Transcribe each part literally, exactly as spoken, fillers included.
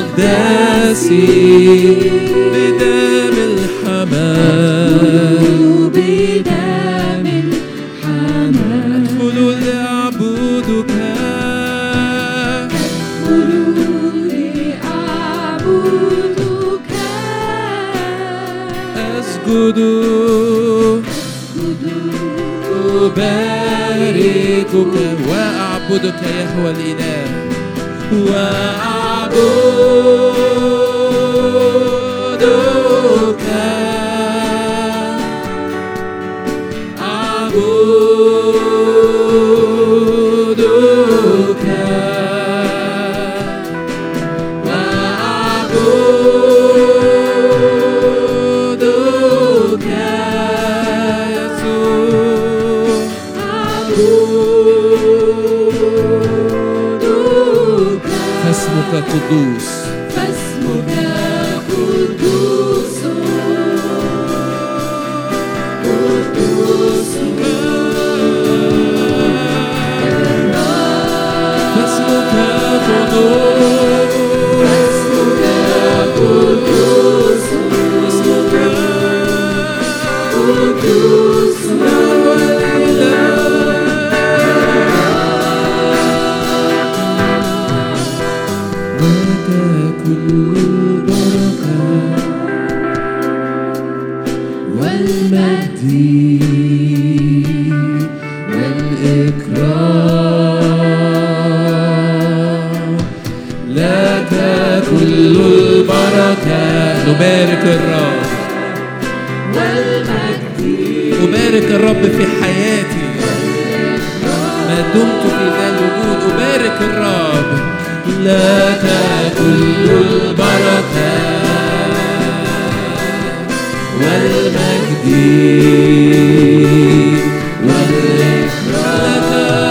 أقداسي بدم الحمام بدم الحمام أدخل لأعبدك أسجد أباركك وأعبدك يا هو الإله وأعبدك أعبدك فاسمك قدوس فاسمك قدوس قدوس فاسمك قدوس فاسمك قدوس قدوس نبارك الرب أبارك الرب في حياتي ما دمت في ذا الوجود أبارك الرب لك كل البركة والمجد والإكرام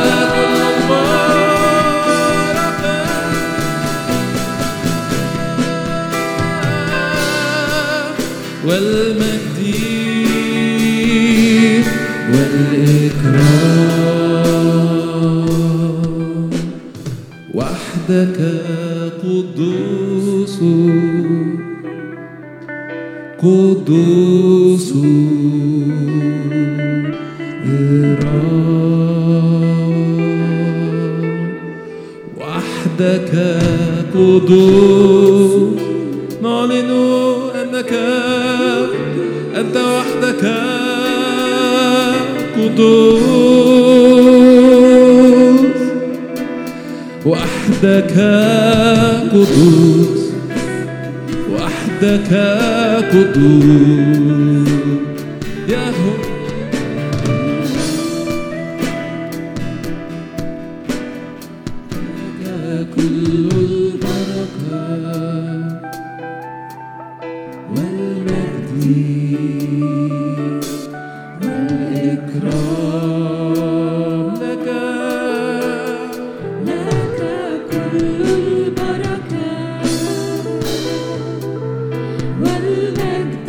والمجد والإكرام وحدك قدوس قدوس وحدك قدوس نعلن أنك أنت وحدك قدوس وحدك قدوس وحدك قدوس يا هو لك كل البركة والمجد والإكرام لك لك كل البركة والمجد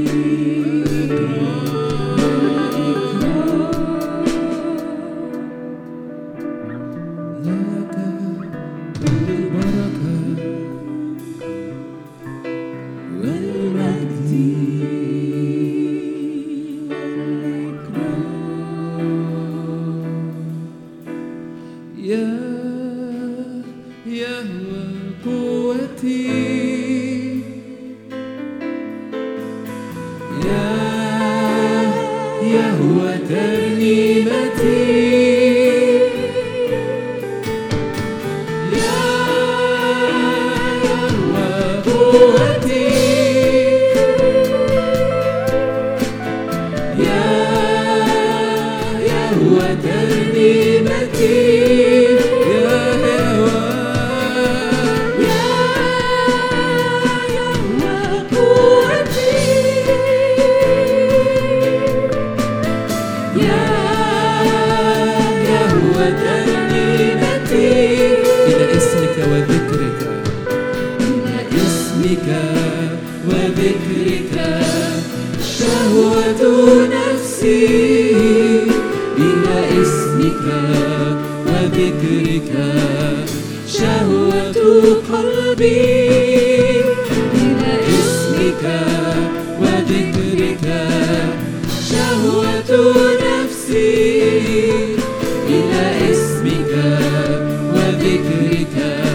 والإكرام لك كل البركة والمجد يا يهوى قوتي يا يهوى ترنيمتي يا يهوى قوتي يا يهوى ترنيمتي وذكرك شهوة نفسي إلى اسمك وذكرك شهوة قلبي إلى اسمك وذكرك، شهوة نفسي إلى اسمك وذكرك،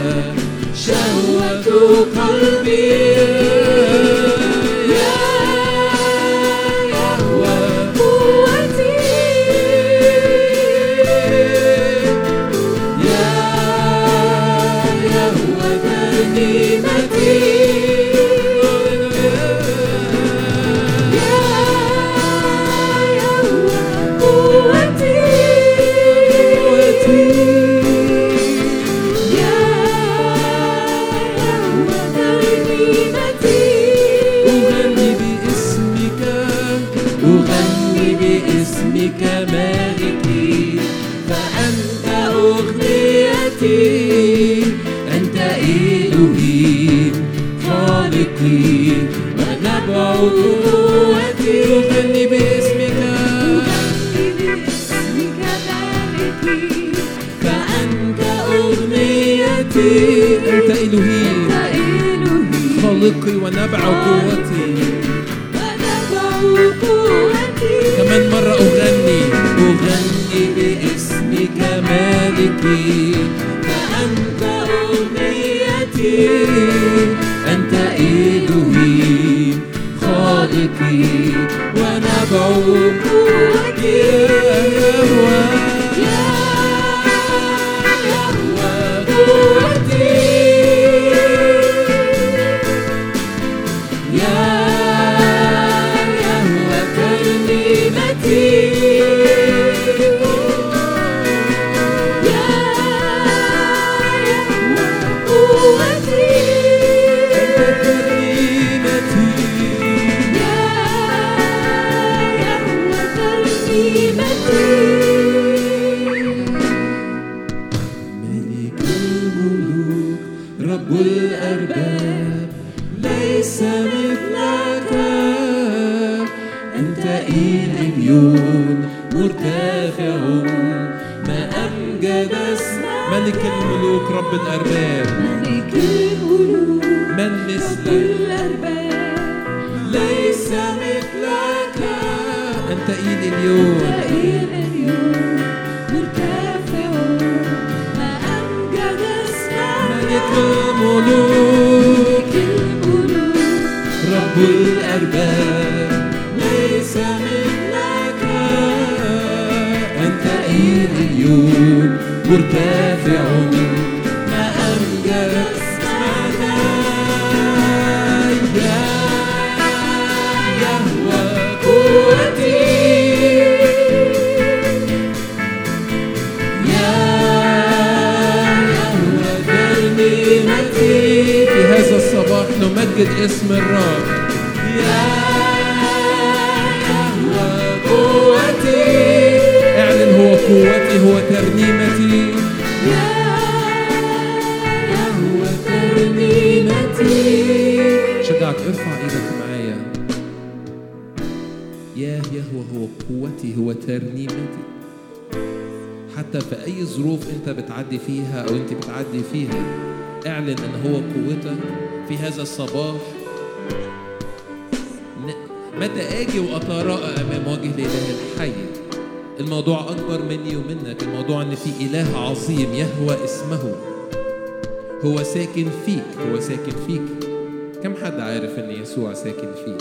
شهوة قلبي يا يهوه قوتي، يا يهوه ترنيمتي، يا يهوه قوتي، يا يهوه ترنيمتي. أغني باسمك، أغني باسمك مالكي، فأنت أغنيتي، أنت إلهي خالقي ونبع قوتي. أغني باسمك، أغني باسمك مالكي، فأنت أغنيتي، أنت إلهي خالقي ونبع قوتي. كمان مرة أغني، أغني باسمك مالكي، فأنت أغنيتي، أنت إلهي خالقي ونبع قوتي. يا يهوه قوتي، يا يهوه ترنيمتي، يا يهوه قوتي، أنت ترنيمتي، يا يهوه ترنيمتي. ملك الملوك رب الأرباب، ليس مثلك، أنت إلهيون مرتفع، ما أمجد اسمك. ملك الملوك رب الأرباب، ملك الملوك من مثلك الأرباب، ليس مثلك، أنت إلهيون مرتفع، ما أمجد اسمك. ملك الملوك رب الأرباب، ليس مثلك، أنت إلهيون مرتفع، ما أمجد اسمك. يا يهوه قوتي، يا يهوه ترنيمتي. في هذا الصباح نمجد اسم الرب. يا يهوه قوتي، اعلن هو قوتي، هو ترنيمتي، يا يهوه ترنيمتي. شجعك ارفع ايدك معايا. يا يهوه هو قوتي، هو ترنيمتي. حتى في اي ظروف انت بتعدي فيها او انت بتعدي فيها، اعلن ان هو قوتك في هذا الصباح. متى اجي واتراءى امام وجه الاله الحي؟ الموضوع اكبر مني ومنك. الموضوع ان في اله عظيم يهوى اسمه، هو ساكن فيك، هو ساكن فيك. كم حد عارف ان يسوع ساكن فيك؟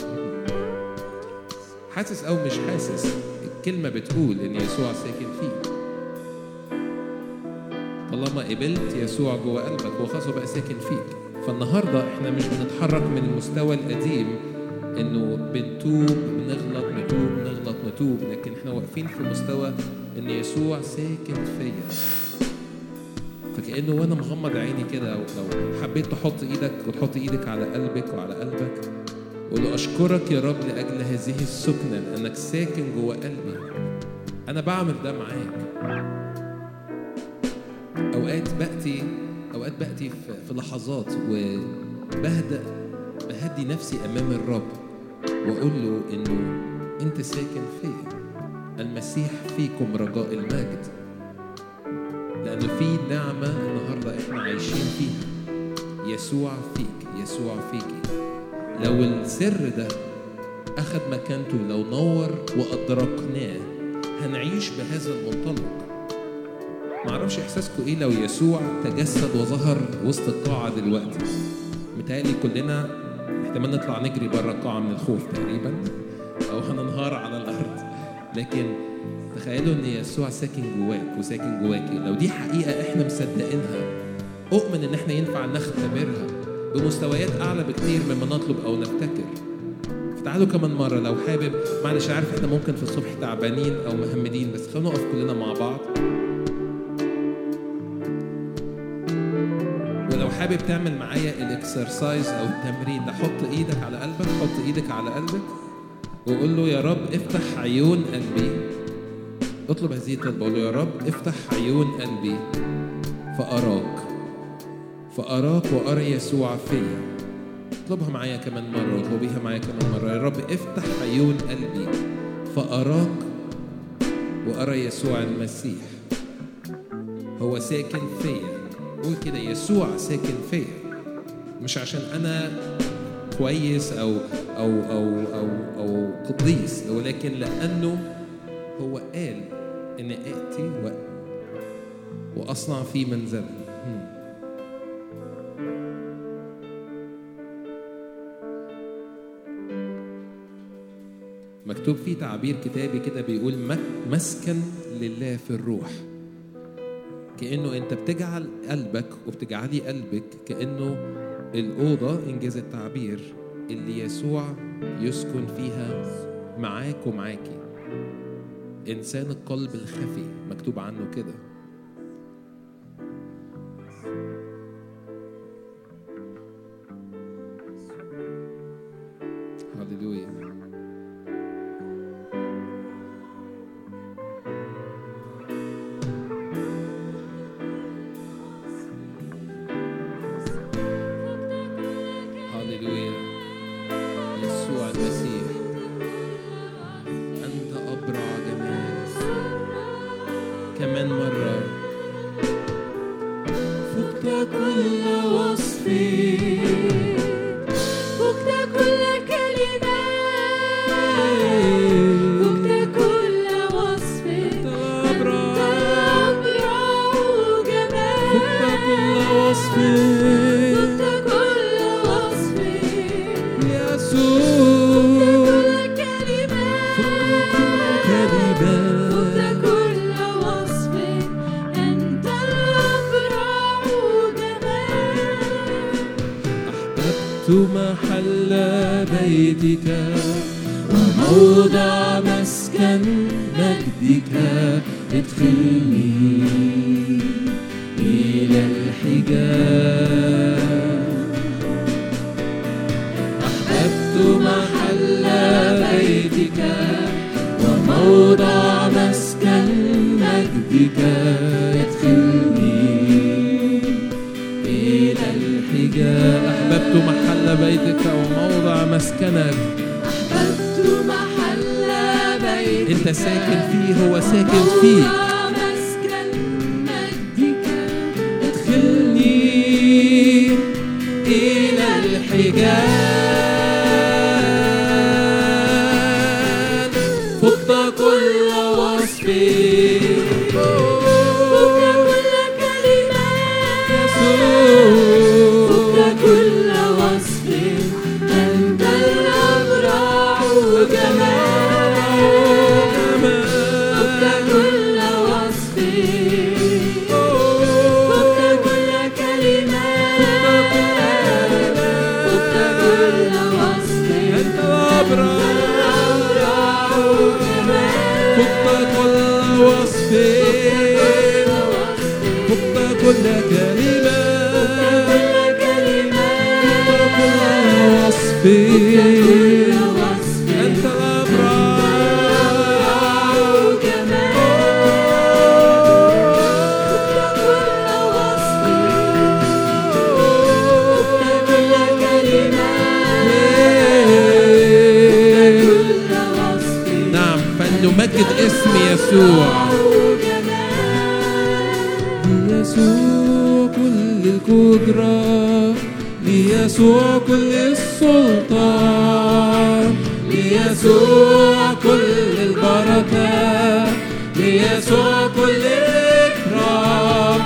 حاسس او مش حاسس، الكلمه بتقول ان يسوع ساكن فيك. طالما قبلت يسوع جوه قلبك هو خلاص بقى ساكن فيك. فالنهارده احنا مش بنتحرك من المستوى القديم انه بنتوب بنغلط نتوب نغلط نتوب، لكن احنا واقفين في مستوى ان يسوع ساكن فيا. فكأنه وانا مغمض عيني كده، لو حبيت تحط ايدك وتحط ايدك على قلبك وعلى قلبك وقول له اشكرك يا رب لاجل هذه السكنه، لانك ساكن جوه قلبي. انا بعمل ده معاك. اوقات بأتي اوقات بأتي في لحظات وبهدأ بهدي نفسي امام الرب واقول له انه انت ساكن فيا، المسيح فيكم رجاء المجد، لأنه في نعمة النهاردة إحنا عايشين فيها. يسوع فيك، يسوع فيكي. لو السر ده أخذ مكانته، لو نور وأدركناه، هنعيش بهذا المنطلق. معرفش إحساسكم إيه لو يسوع تجسد وظهر وسط القاعة دلوقتي. متهيألي كلنا احتمال نطلع نجري بره القاعة من الخوف تقريبا، أو هننهار على الأرض. لكن تخيلوا إن يسوع ساكن جواك وساكن جواكي. لو دي حقيقة إحنا مصدقينها، أؤمن إن إحنا ينفع نختبرها بمستويات أعلى بكتير مما نطلب أو نفتكر. فتعالوا كمان مرة لو حابب، معلش عارف إحنا ممكن في الصبح تعبانين أو مهمدين، بس خلونا نقف كلنا مع بعض. ولو حابب تعمل معايا الاكسرسايز أو التمرين ده، حط إيدك على قلبك، حط إيدك على قلبك وقول له يا رب افتح عيون قلبي. اطلب هذه الطلبة، قول له يا رب افتح عيون قلبي فأراك، فأراك وأرى يسوع فيا. اطلبها معايا كمان مرة، اطلبيها معايا كمان مرة. يا رب افتح عيون قلبي فأراك وأرى يسوع المسيح هو ساكن فيا. قول كده، يسوع ساكن فيا، مش عشان أنا كويس أو أو أو أو أو قديس، ولكن لأنه هو قال إن آتي وأصنع في منزل. مكتوب فيه تعبير كتابي كده بيقول مسكن لله في الروح. كأنه أنت بتجعل قلبك وبتجعلي قلبك كأنه الأوضة، إنجاز التعبير، اللي يسوع يسكن فيها معاك ومعاكي. إنسان القلب الخفي مكتوب عنه كده. هاليلويا. هاليلويا. يسوع المسيح أنت أبرع جمال. كمان مرة، فقت كل وصف، فقت كل كلمة، فقت كل وصف، أنت أبرع جمال. فقت كل وصف، فقت كل وصف، يسوع. فقت كل كلمة، فقت كل كلمة، فقت كل وصف، أنت الأبرع جمال. أحببت محل بيتك وموضع مسكن مجدك. ادخلني إلى الحجاب. أحببت محل بيتك وموضع مسكن مجدك. ادخلني إلى الحجاب. أحببت محل بيتك وموضع مسكنك. أحببت محل بيتك، أنت ساكن فيه، هو ساكن فيك. موضع مسكن مجدك. ادخلني إلى الحجاب. فقت كل وصف، فقت كل كلمة، يسوع. فقت كل وصف، أنت الأبرع جمال. فقت كل وصف، فقت كل كلمة، فقت كل وصف، أنت الأبرع. جمال. فقت كل وصف، فقت كل كلمة، كل كلمة، فقت كل وصف، كل وصف، أنت الأبرع. جمال. كل وصف، كل كلمة، كل وصف، نعم، فلنمجد اسم يسوع. جمال. يسوع كل القدرة ليسوع كل السلطان، ليسوع كل البركة، ليسوع كل الإكرام،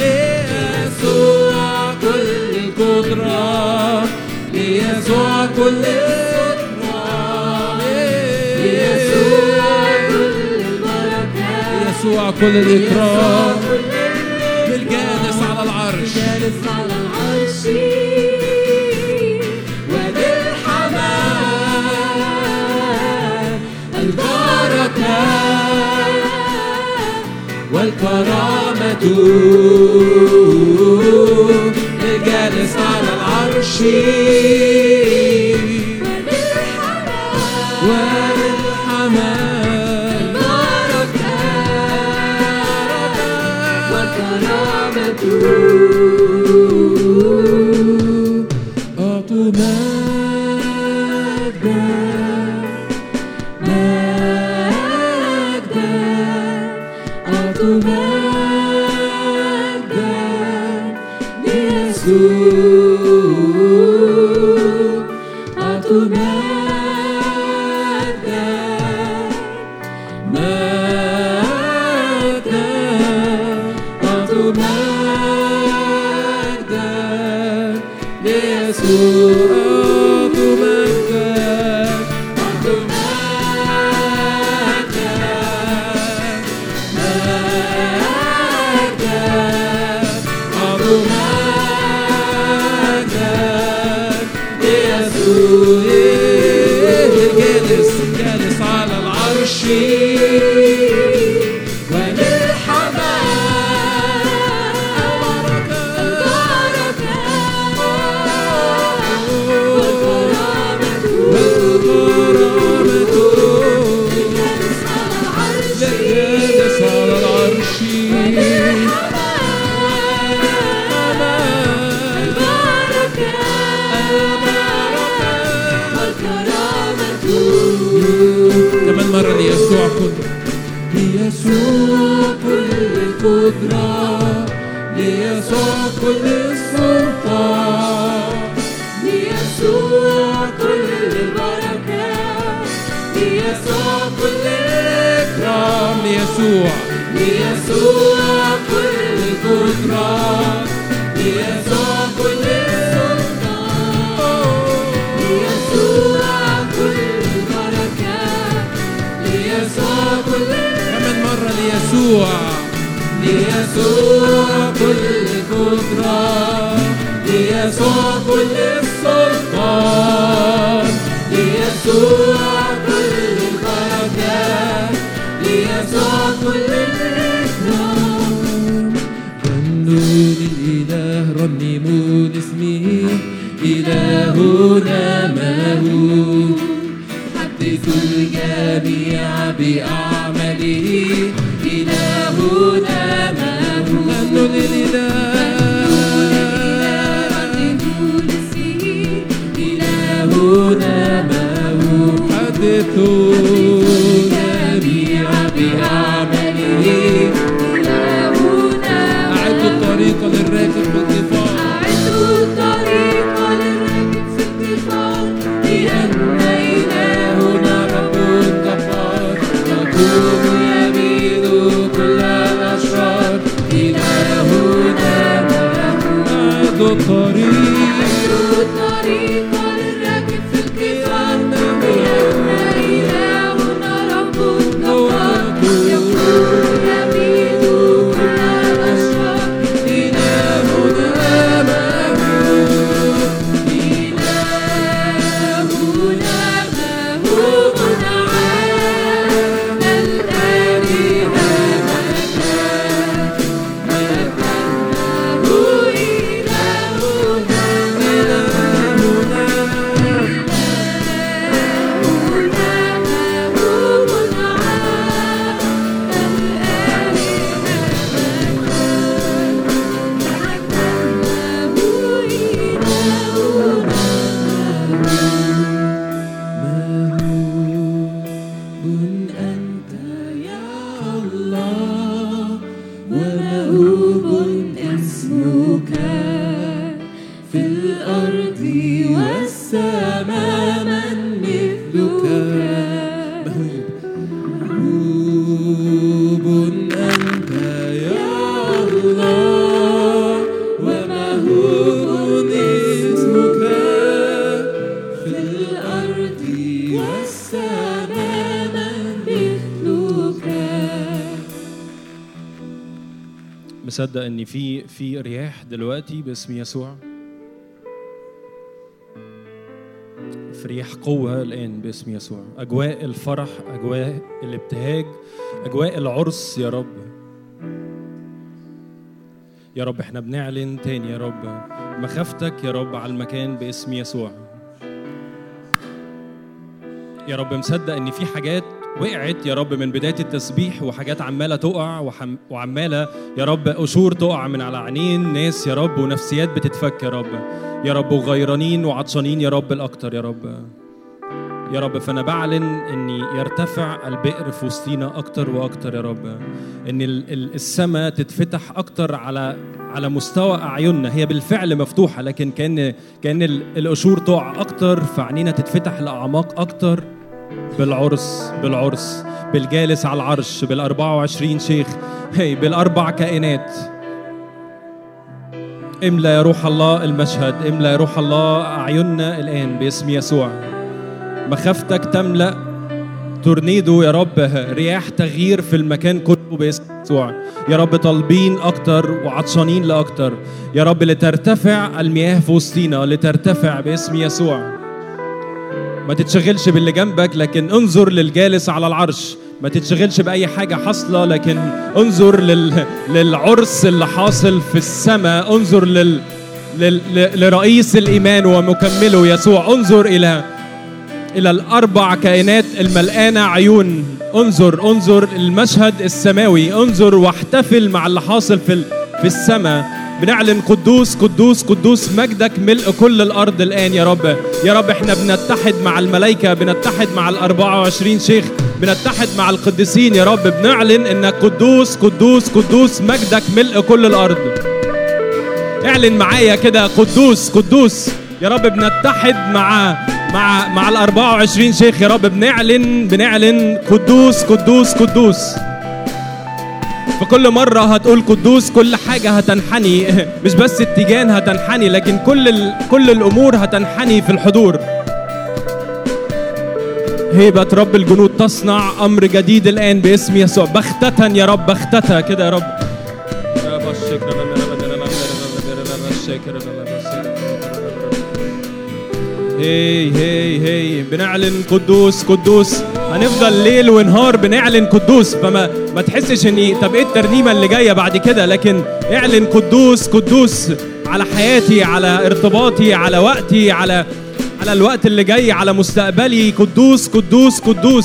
ليسوع كل القدرة، ليسوع كل الإكرام، ليسوع كل البركة، ليسوع كل الإكرام، للجالس على العرش، جالس على العرش وللحمام البركة والكرامة، للجالس على العرش وللحمام البركة والكرامة. أعطوا مجدا مجدا، أعطوا مجدا ليسوع، أعطوا مجدا مجدا، أعطوا مجدا ليسوع، أعطوا مجدا، أعطوا مجدا مجدا، أعطوا مجدا ليسوع، الجالس جالس على العرش كمان مرة، ليسوع كل ليسوع كل القدرة، ليسوع كل السلطان، ليسوع كل البركة، ليسوع كل الإكرام، ليسوع ليسوع كل القدرة، ليسوع كل السلطان، ليسوع كل البركة، ليسوع كل كمان مرة، ليسوع ليسوع كل القدرة، ليسوع كل السلطان، ليسوع كل البركة، ليسوع كل الإكرام. غنوا للإله، رنموا لاسمه، إلهنا ما هو، حدثوا الجميع بأعماله، إلهنا ما هو. غنوا للإله، رنموا لاسمه، إلهنا ما هو، حدثوا الجميع بأعماله، إلهنا أعدوا الطريق للراكب بالظفار، أعدوا الطريق للراكب في الظفار، لأن إلهنا رب جبار، يقوم يمين كل الأشرار، إلهنا أعدوا الطريق أعدوا الطريق للراكب في الظفار، لأن إلهنا رب جبار، يقوم يمين كل الأشرار، إلهنا والسماء من مثلك مهوب أنت يا الله ومهوب اسمك في الأرض والسماء من مثلك. مصدق ان في في رياح دلوقتي باسم يسوع، في رياح قوة الآن باسم يسوع، أجواء الفرح، أجواء الابتهاج، أجواء العرس يا رب. يا رب احنا بنعلن تاني يا رب مخافتك يا رب على المكان باسم يسوع. يا رب مصدق ان في حاجات وقعت يا رب من بداية التسبيح، وحاجات عمالة تقع وحم... وعمالة يا رب قشور تقع من على عينين ناس يا رب، ونفسيات بتتفك يا رب يا رب، وغيرانين وعطشانين يا رب الأكتر يا رب يا رب. فأنا بعلن أني يرتفع البئر في وسطينا أكتر وأكتر يا رب، أن السماء تتفتح أكتر على على مستوى أعيننا. هي بالفعل مفتوحة، لكن كأن كأن القشور تقع أكتر، فعنينا تتفتح لأعماق أكتر بالعرس بالعرس بالجالس على العرش، بالأربعة وعشرين شيخ، هي بالأربع كائنات. املأ يا روح الله المشهد، املأ يا روح الله أعيننا الآن باسم يسوع. مخافتك تملأ تورنيدو يا رب، رياح تغيير في المكان كله باسم يسوع يا رب. طالبين أكتر وعطشانين لأكتر يا رب، لترتفع المياه في وسطينا، لترتفع باسم يسوع. ما تتشغلش باللي جنبك، لكن انظر للجالس على العرش. ما تتشغلش بأي حاجة حاصلة، لكن انظر لل... للعرس اللي حاصل في السماء. انظر لل... لل... لرئيس الإيمان ومكمله يسوع. انظر إلى إلى الأربع كائنات الملقانة عيون. انظر انظر المشهد السماوي، انظر واحتفل مع اللي حاصل في ال... في السماء. بنعلن قدوس قدوس قدوس، مجدك ملء كل الأرض الآن يا رب. يا رب احنا بنتحد مع الملائكة، بنتحد مع الأربعة وعشرين شيخ، بنتحد مع القديسين يا رب. بنعلن انك قدوس قدوس قدوس، مجدك ملء كل الأرض. اعلن معايا كده قدوس قدوس يا رب. بنتحد مع مع مع الأربعة وعشرين شيخ يا رب. بنعلن بنعلن قدوس قدوس قدوس. فكل مرة هتقول قدوس كل حاجة هتنحني، مش بس التيجان هتنحني، لكن كل ال... كل الأمور هتنحني في الحضور. هيبة رب الجنود تصنع أمر جديد الآن باسم يسوع. بختة يا رب، بختة كده يا رب. هي هي هي بنعلن قدوس قدوس. هنفضل ليل ونهار بنعلن قدوس، فما ما تحسش اني طب ايه الترنيمه اللي جايه بعد كده، لكن اعلن قدوس قدوس على حياتي، على ارتباطي، على وقتي، على على الوقت اللي جاي، على مستقبلي. قدوس قدوس قدوس.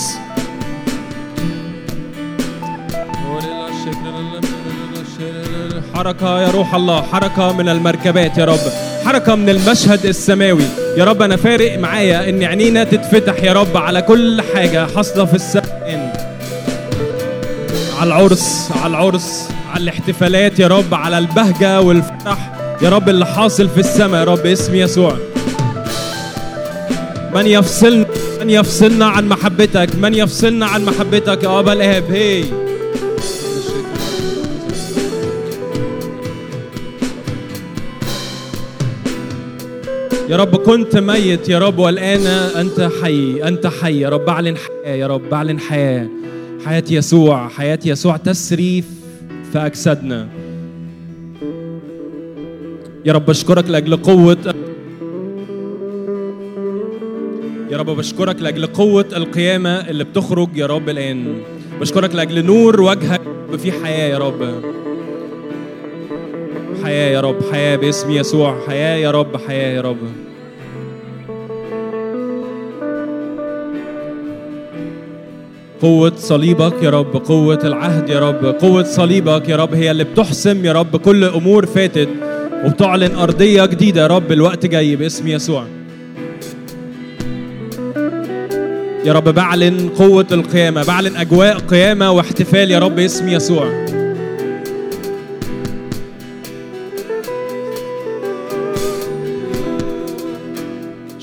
حركة يا روح الله، حركة من المركبات يا رب، حركة من المشهد السماوي يا رب. أنا فارق معايا إن عينينا تتفتح يا رب على كل حاجة حاصلة في السماء، على العرس، على العرس، على الاحتفالات يا رب، على البهجة والفرح يا رب اللي حاصل في السماء يا رب اسم يسوع. من يفصلنا من يفصلنا عن محبتك، من يفصلنا عن محبتك يا أبا الآب. هي يا رب كنت ميت يا رب، والآن أنت حي، أنت حي يا رب. أعلن حياة يا رب، أعلن حياة، حياة يسوع، حياة يسوع تسري في أجسادنا يا رب. بشكرك لأجل قوة يا رب، بشكرك لأجل قوة القيامة اللي بتخرج يا رب الآن. بشكرك لأجل نور وجهك في حياة يا رب، حياة يا رب، حياة باسم يسوع، حياة يا رب، حياة يا رب. قوة صليبك يا رب، قوة العهد يا رب، قوة صليبك يا رب هي اللي بتحسم يا رب كل أمور فاتت، وبتعلن أرضية جديدة يا رب. الوقت جاي باسم يسوع يا رب. بعلن قوة القيامة، بعلن أجواء قيامة واحتفال يا رب اسم يسوع.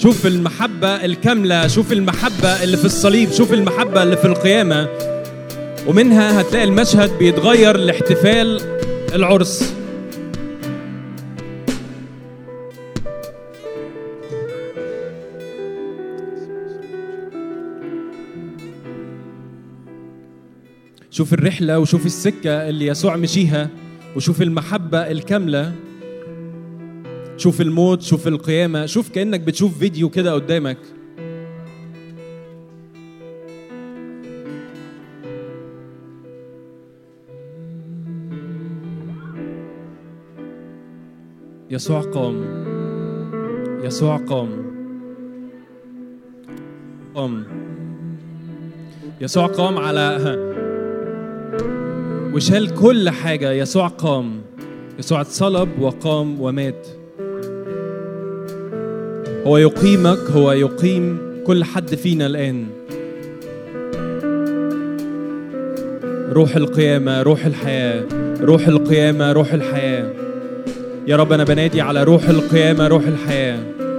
شوف المحبة الكاملة، شوف المحبة اللي في الصليب، شوف المحبة اللي في القيامة، ومنها هتلاقي المشهد بيتغير لاحتفال العرس. شوف الرحلة وشوف السكة اللي يسوع مشيها، وشوف المحبة الكاملة، شوف الموت، شوف القيامة، شوف كأنك بتشوف فيديو كده قدامك. يسوع قام، يسوع قام قام يسوع قام على وشال كل حاجة. يسوع قام، يسوع اتصلب وقام ومات. هو يقيمك، هو يقيم كل حد فينا الآن. روح القيامة، روح الحياة، روح القيامة، روح الحياة. يا رب أنا بنادي على روح القيامة، روح الحياة.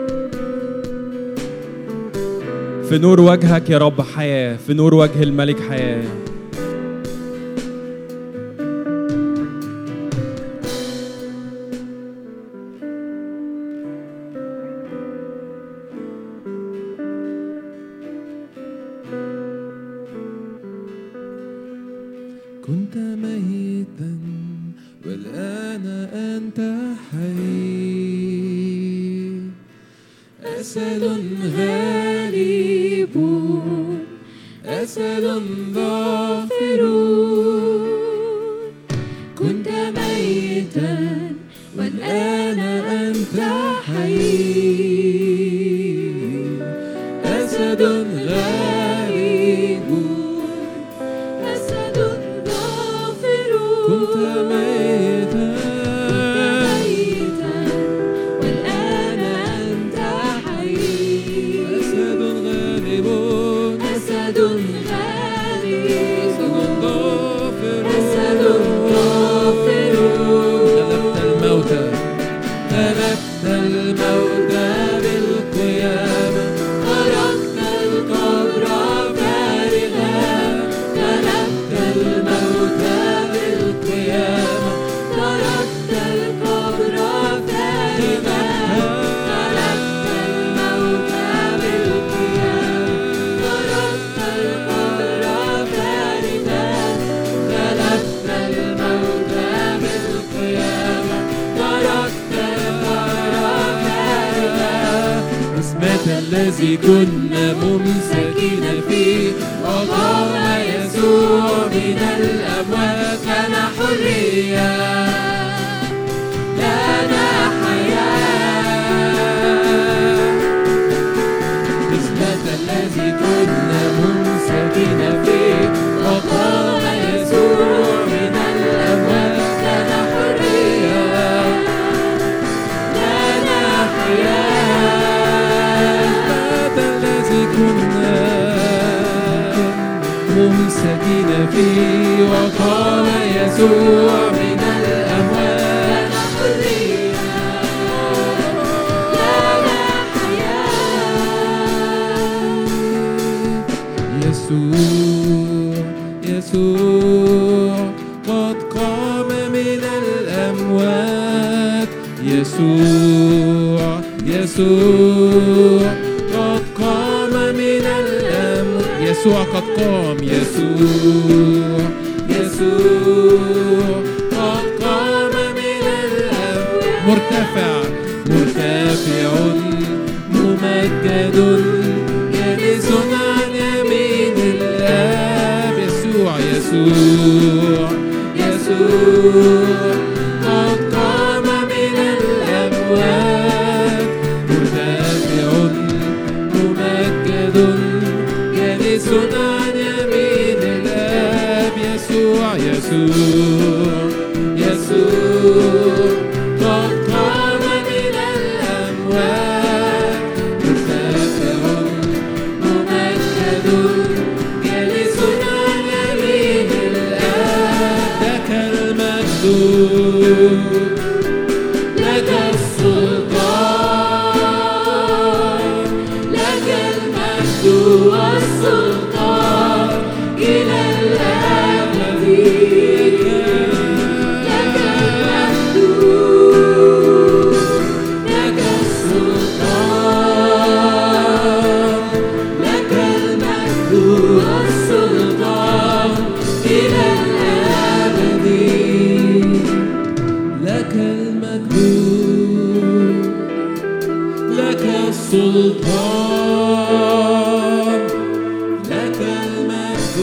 في نور وجهك يا رب حياة، في نور وجه الملك حياة. كنت ميتا والآن أنت حي، أسد غالب، أسد ظافر. كنت ميتا والآن أنت حي، أسد غالب، أسد ظافر. كنت ميتا والآن أنت حي، أسد غالب، أسد غالب، أسد ظافر، أسد ظافر. غلبت الموتى، غلبت الموتى بالقيامة، تركت القبر فارغا. غلبت الموتى بالقيامة، تركت القبر فارغا. غلبت الموتى بالقيامة، تركت القبر فارغا. غلبت الموتى بالقيامة، تركت القبر فارغا. اسمك الذي كنا ممسكين فيه، وقام يسوع من الأموات. لنا حرية، لنا حياة. اسمك الذي كنا ممسكين فيه، وقام يسوع من الأموات. لنا حرية، لنا حياة. الذي كنا ممسكين فيه، وقام يسوع من الأموات. لنا حرية، لنا حياة. يسوع، يسوع قد قام من الأموات. يسوع، يسوع قد قام من الأموات. يسوع قد قام، يسوع، يسوع قد قام من الأموات. مرتفع، مرتفع ممجد، جالس عن يمين الآب. يسوع، يسوع، يسوع قد قام من الأموات. مرتفع ممجد، جالس عن يمين الآب. يسوع، يسوع، يسوع قد قام من الأموات. مرتفع ممجد، جالس عن يمين الآب. لك المجد المجد والسلطان إلى الأبد. لك المجد لك السلطان لك المجد والسلطان إلى الأبد. لك المجد لك السلطان لك المجد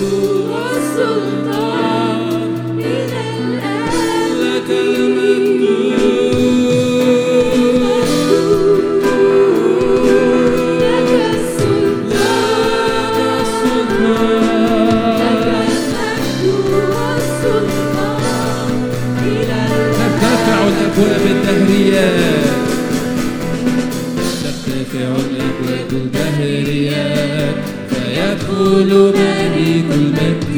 والسلطان إلى الأبد. لك المجد لك السلطان لك المجد والسلطان إلى الأبد. ترتفع الأبواب الدهريات ترتفع الأبواب الدهريات فيدخل ملك المجد.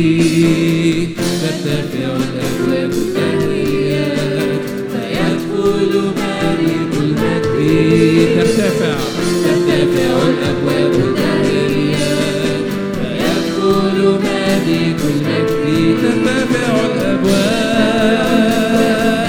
ترتفع الأبواب الدهريات فيدخل ملك المجد. ترتفع ترتفع الأبواب الدهريات فيدخل ملك المجد. ترتفع الأبواب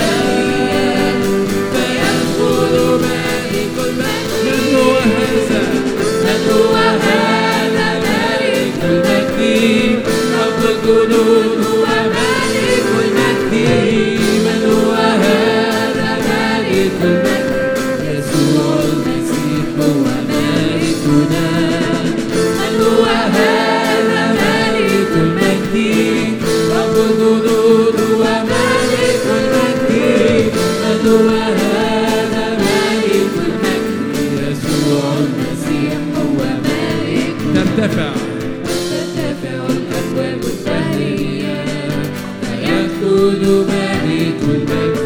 فيدخل ملك المجد. من هو هذا؟ من هو هذا ملك المجد رب الجنود هو ملك المجد. من هو هذا ملك المجد؟ يسوع المسيح هو ملكنا. من هو هذا ملك المجد رب الجنود هو ملك المجد. من هو هذا ملك المجد؟ يسوع المسيح هو ملك. ترتفع ترتفع الأبواب الدهريات فيدخل ملك المجد.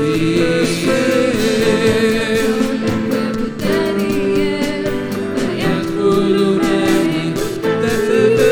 الأبواب الدهريات يدخل ملك. ترتفع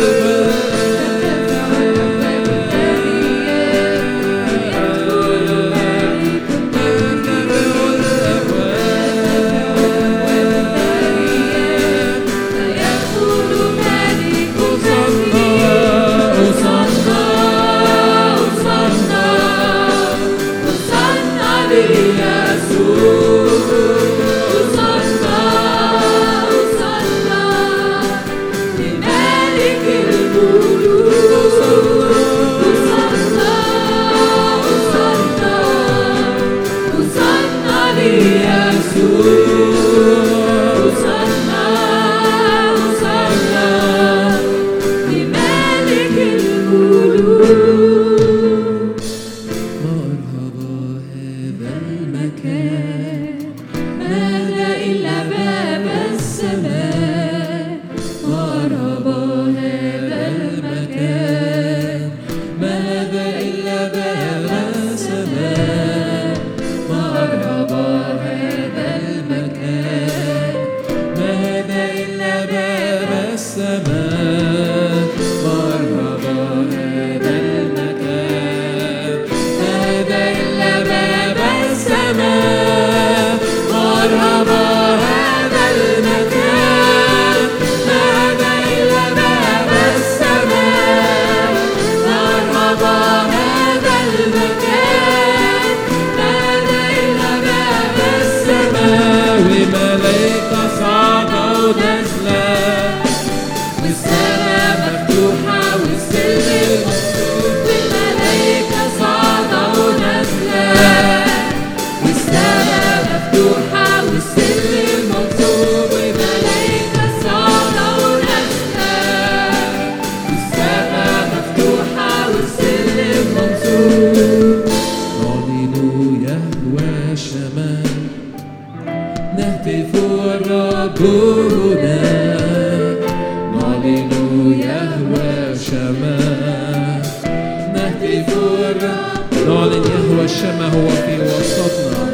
نعلن يهوى الشمع هو في وسطنا،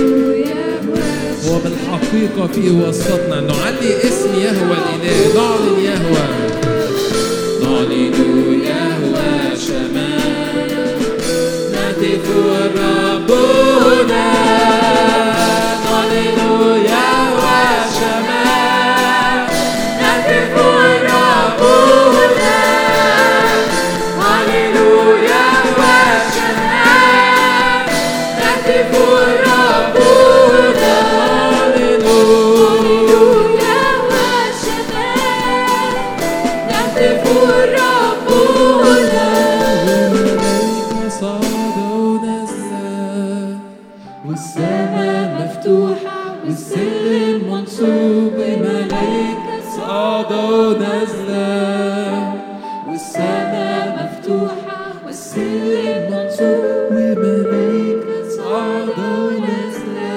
هو بالحقيقة في وسطنا. نعلي اسم يهوى الإله، نعلن يهوى، نعلن يهوى الشمع نهتف ربنا، نعلن يهوى الشمع نهتف وملايكة صعدوا ونازلة والسماء مفتوحة والسلم منصوب وملايكة صعدوا ونازلة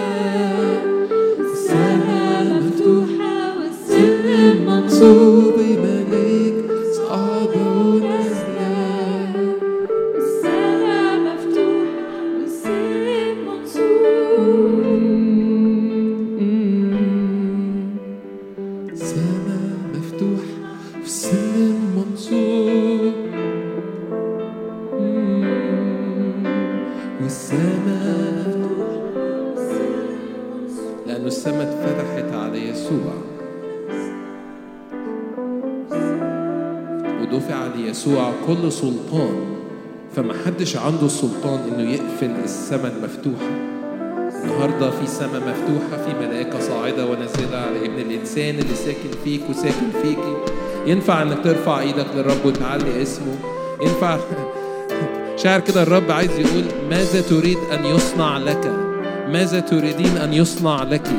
السماء مفتوحة والسلم منصوب وملايكة صعدوا ونازلة السماء مفتوحة والسلم منصوب السماء مفتوحة والسلم منصوب والسماء لأنه السماء اتفتحت على يسوع ودفع ليسوع كل سلطان، فما حدش عنده السلطان انه يقفل السماء المفتوحة. النهاردة في سماء مفتوحة، في ملائكة صاعدة ونازلة على ابن الإنسان اللي ساكن فيك وساكن فيكي. ينفع انك ترفع ايدك للرب وتعلي اسمه. ينفع شاعر كده الرب عايز يقول ماذا تريد أن يصنع لك؟ ماذا تريدين أن يصنع لك؟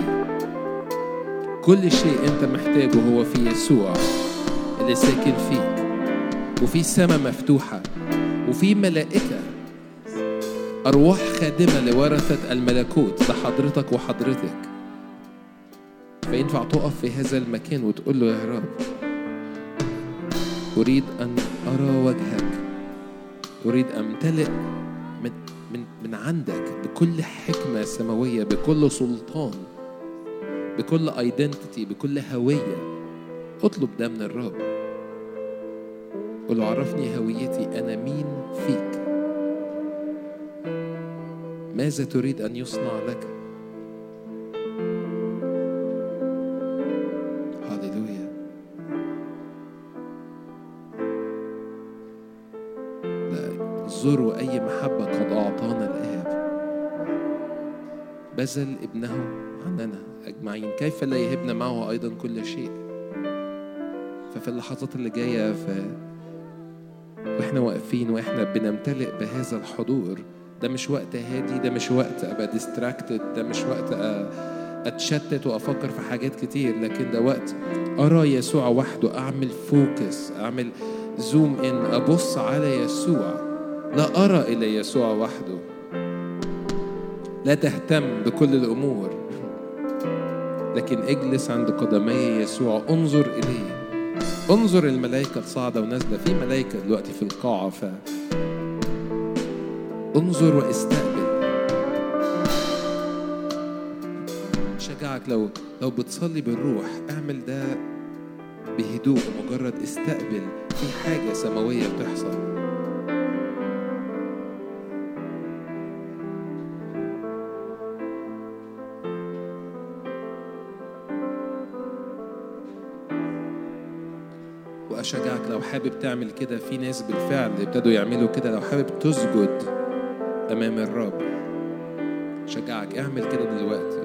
كل شيء أنت محتاجه هو في يسوع اللي ساكن فيك، وفي سماء مفتوحة، وفي ملائكة أرواح خادمة لورثة الملكوت لحضرتك وحضرتك. فينفع تقف في هذا المكان وتقول له يا رب أريد أن أرى وجهك، أريد أمتلئ من, من, من عندك بكل حكمة سماوية، بكل سلطان، بكل ايدنتيتي، بكل هوية. اطلب ده من الرب. قل عرفني هويتي، أنا مين فيك، ماذا تريد أن يصنع لك. هاليلويا. انظروا أي محبة قد أعطانا الآب، بذل ابنه عننا أجمعين، كيف لا يهبنا معه أيضا كل شيء. ففي اللحظات اللي جاية ف... وإحنا واقفين وإحنا بنمتلئ بهذا الحضور، ده مش وقت هادي، ده مش وقت أبقى ديستراكتد، ده مش وقت أتشتت وأفكر في حاجات كتير، لكن ده وقت أرى يسوع وحده، أعمل فوكس، أعمل زوم إن، أبص على يسوع، لا أرى إلى يسوع وحده. لا تهتم بكل الأمور، لكن اجلس عند قدمي يسوع، انظر إليه، انظر الملائكة الصاعدة ونازلة. في ملائكة دلوقتي في القاعة، ف انظر واستقبل. شجعك لو لو بتصلي بالروح اعمل ده بهدوء، مجرد استقبل، في حاجة سماوية بتحصل. وأشجعك لو حابب تعمل كده، في ناس بالفعل ابتدوا يعملوا كده، لو حابب تسجد أمام الرب شجعك اعمل كده دلوقتي.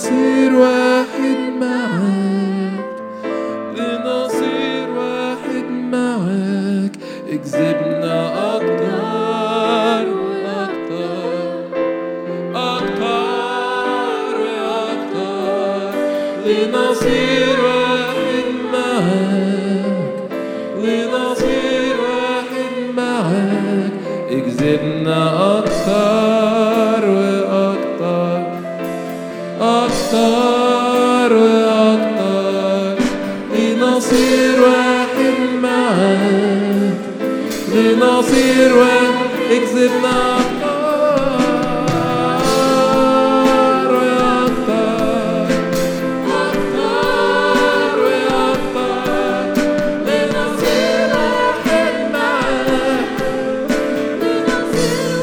لنصير واحد معاك، لنصير واحد معاك. اجذبنا أكتر وأكتر، أكتر وأكتر، لنصير واحد معاك، لنصير واحد معاك. اجذبنا أكتر وأكتر، أكتر وأكتر، لنصير واحد معاك، لنصير واحد. اجذبنا أكتر وأكتر، أكتر وأكتر، لنصير واحد معاك، لنصير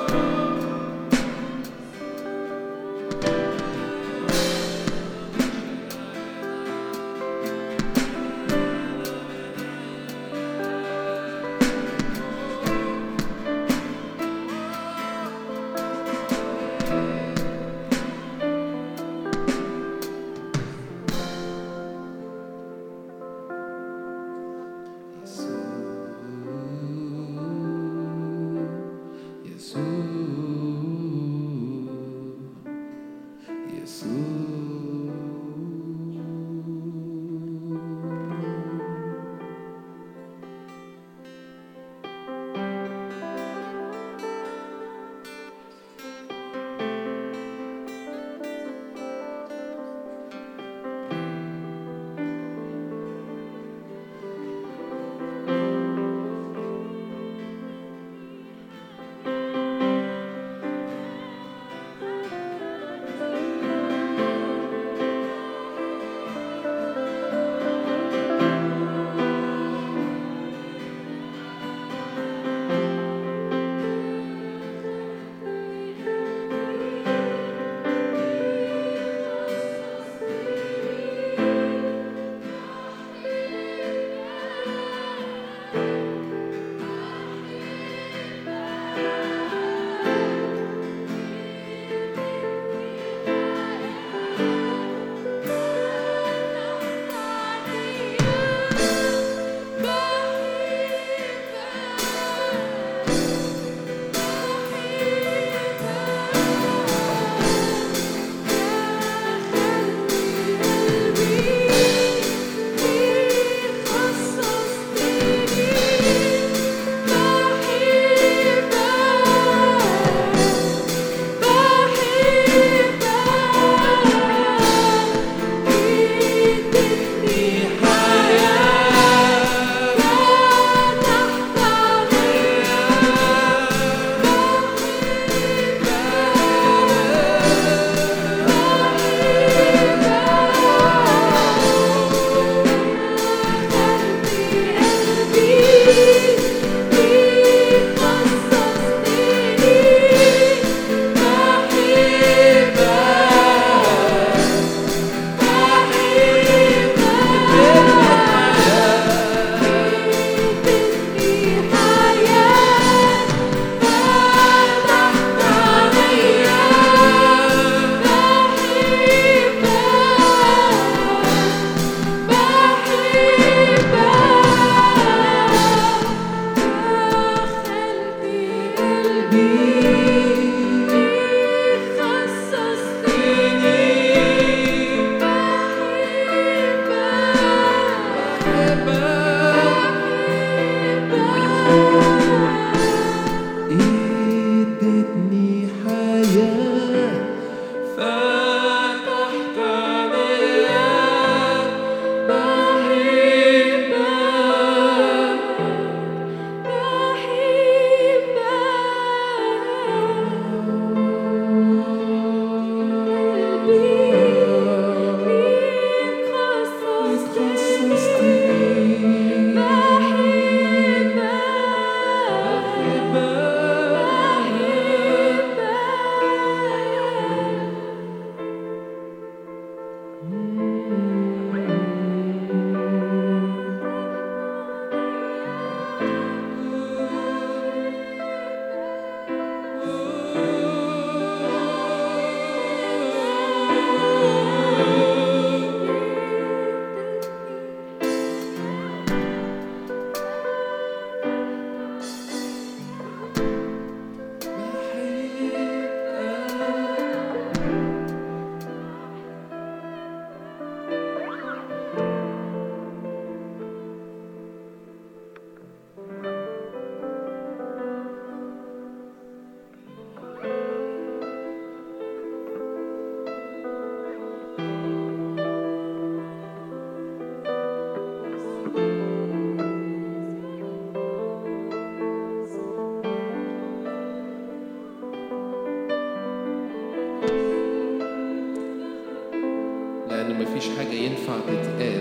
مفيش حاجة ينفع تتقال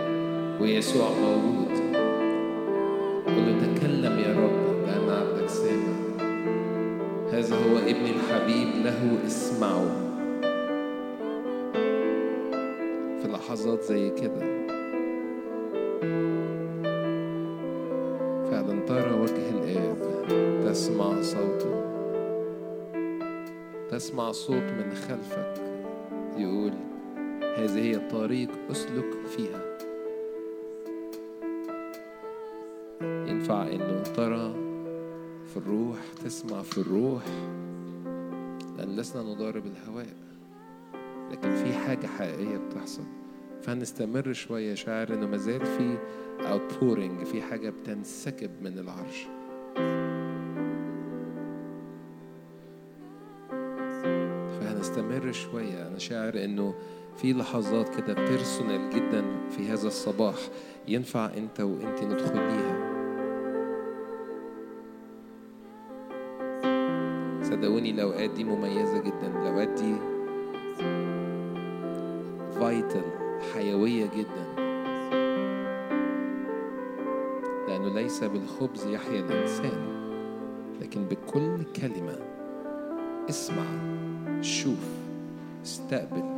ويسوع موجود. قل له تكلم يا رب لأن عبدك سامع. هذا هو ابني الحبيب له اسمعوا. في لحظات زي كده فعلا ترى وجه الآب، تسمع صوته، تسمع صوت من خلفك يقول هذه هي الطريق أسلك فيها. ينفع إنه ترى في الروح، تسمع في الروح، لأن لسنا نضارب الهواء، لكن في حاجة حقيقية بتحصل. فهنستمر شوية شاعر إنه مازال في outpouring، في حاجة بتنسكب من العرش. فهنستمر شوية. أنا شاعر إنه في لحظات كده بيرسونال جدا في هذا الصباح، ينفع أنت وأنت ندخل ليها. صدقوني الأوقات دي مميزة جدا، الأوقات دي فايتال، حيوية جدا، لأنه ليس بالخبز يحيا الإنسان لكن بكل كلمة. اسمع، شوف، استقبل.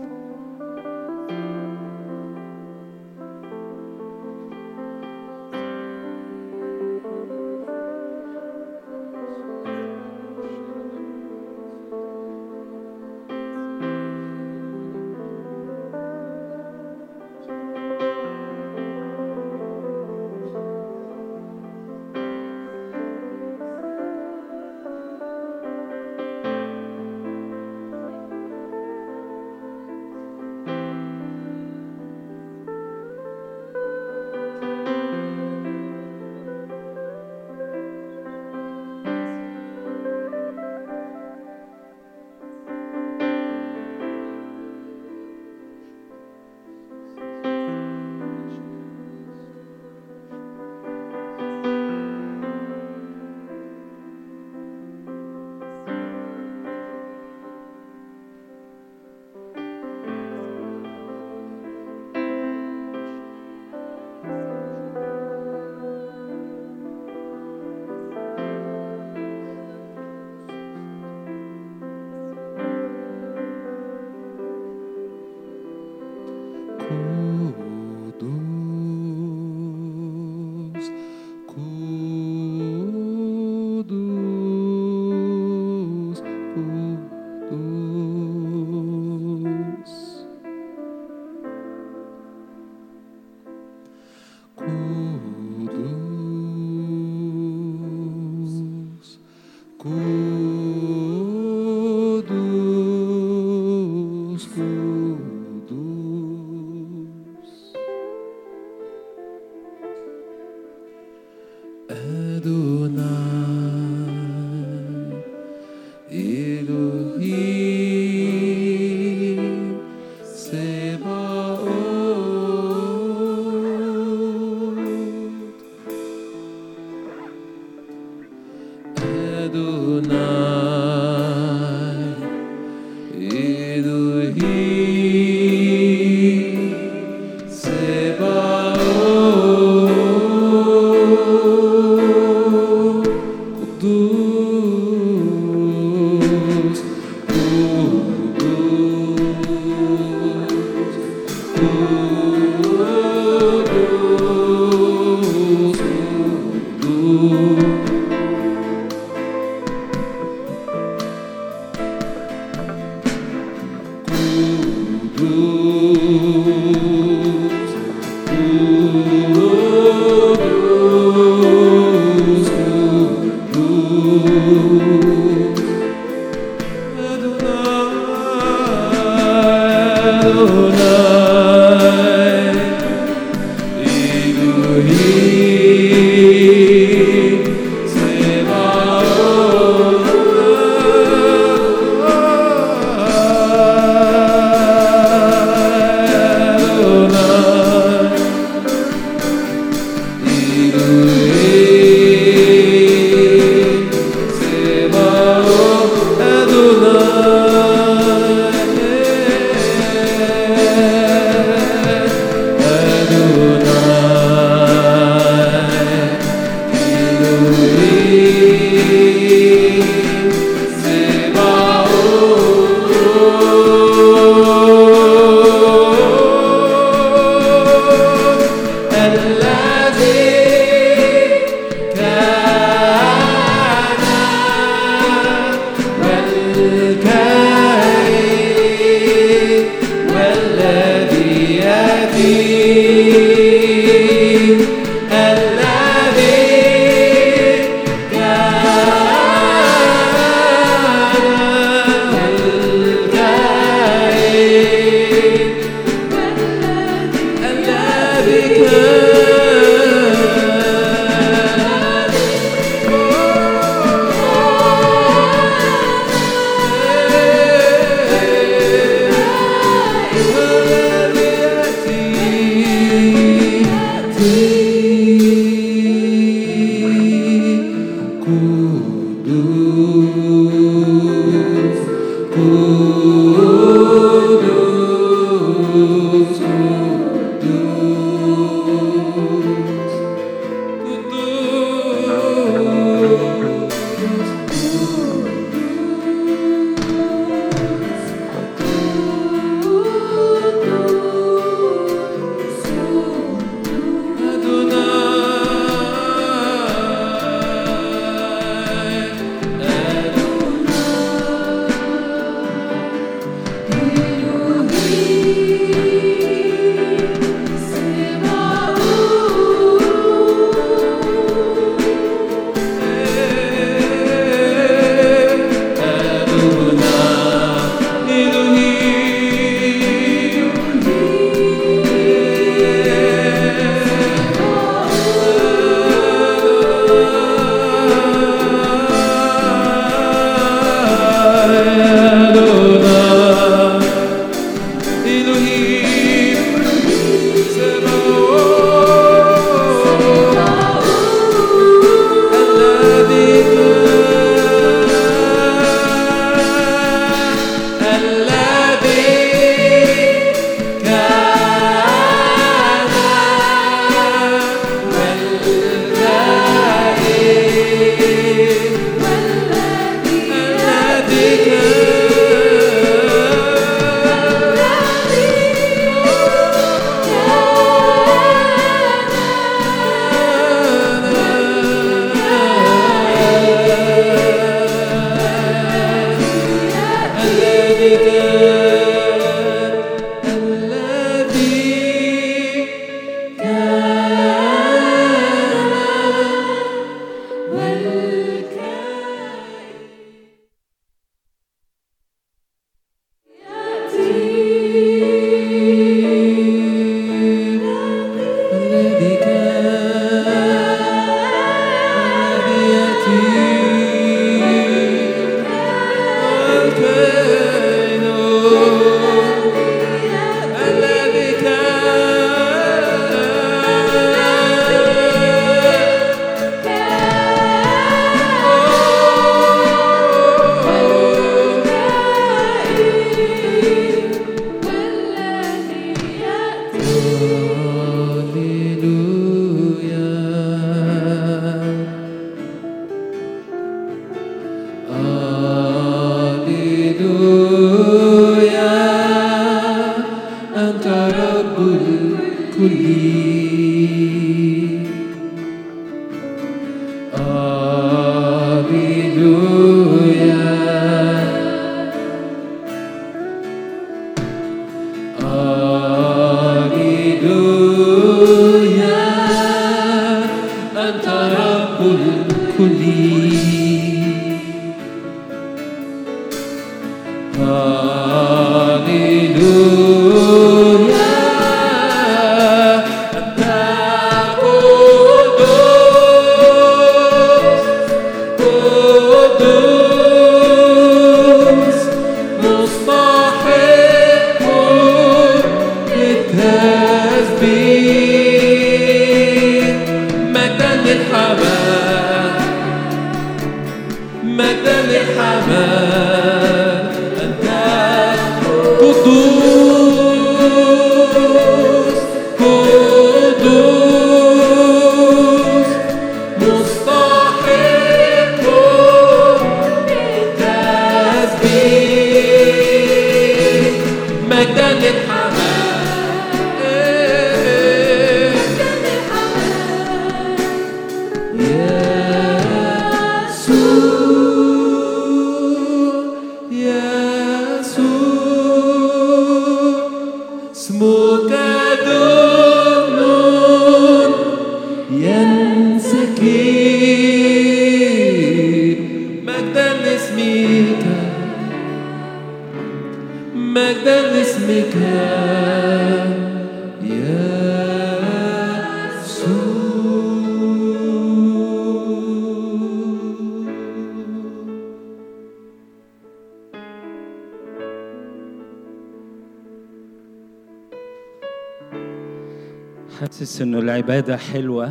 حاسس انه العبادة حلوة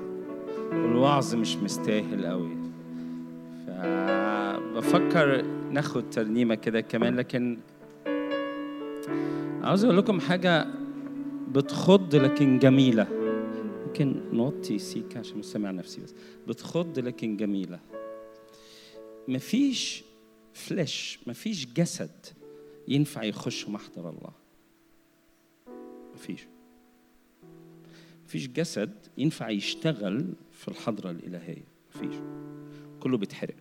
والوعظ مش مستاهل قوي، فبفكر ناخد ترنيمة كده كمان. لكن عاوز اقول لكم حاجة بتخض لكن جميلة. ممكن نوطي سيكا عشان مش سامع نفسي، بس بتخض لكن جميلة. مفيش فلش، مفيش جسد ينفع يخش محضر الله. مفيش مفيش جسد ينفع يشتغل في الحضرة الإلهية. مفيش، كله بيتحرق.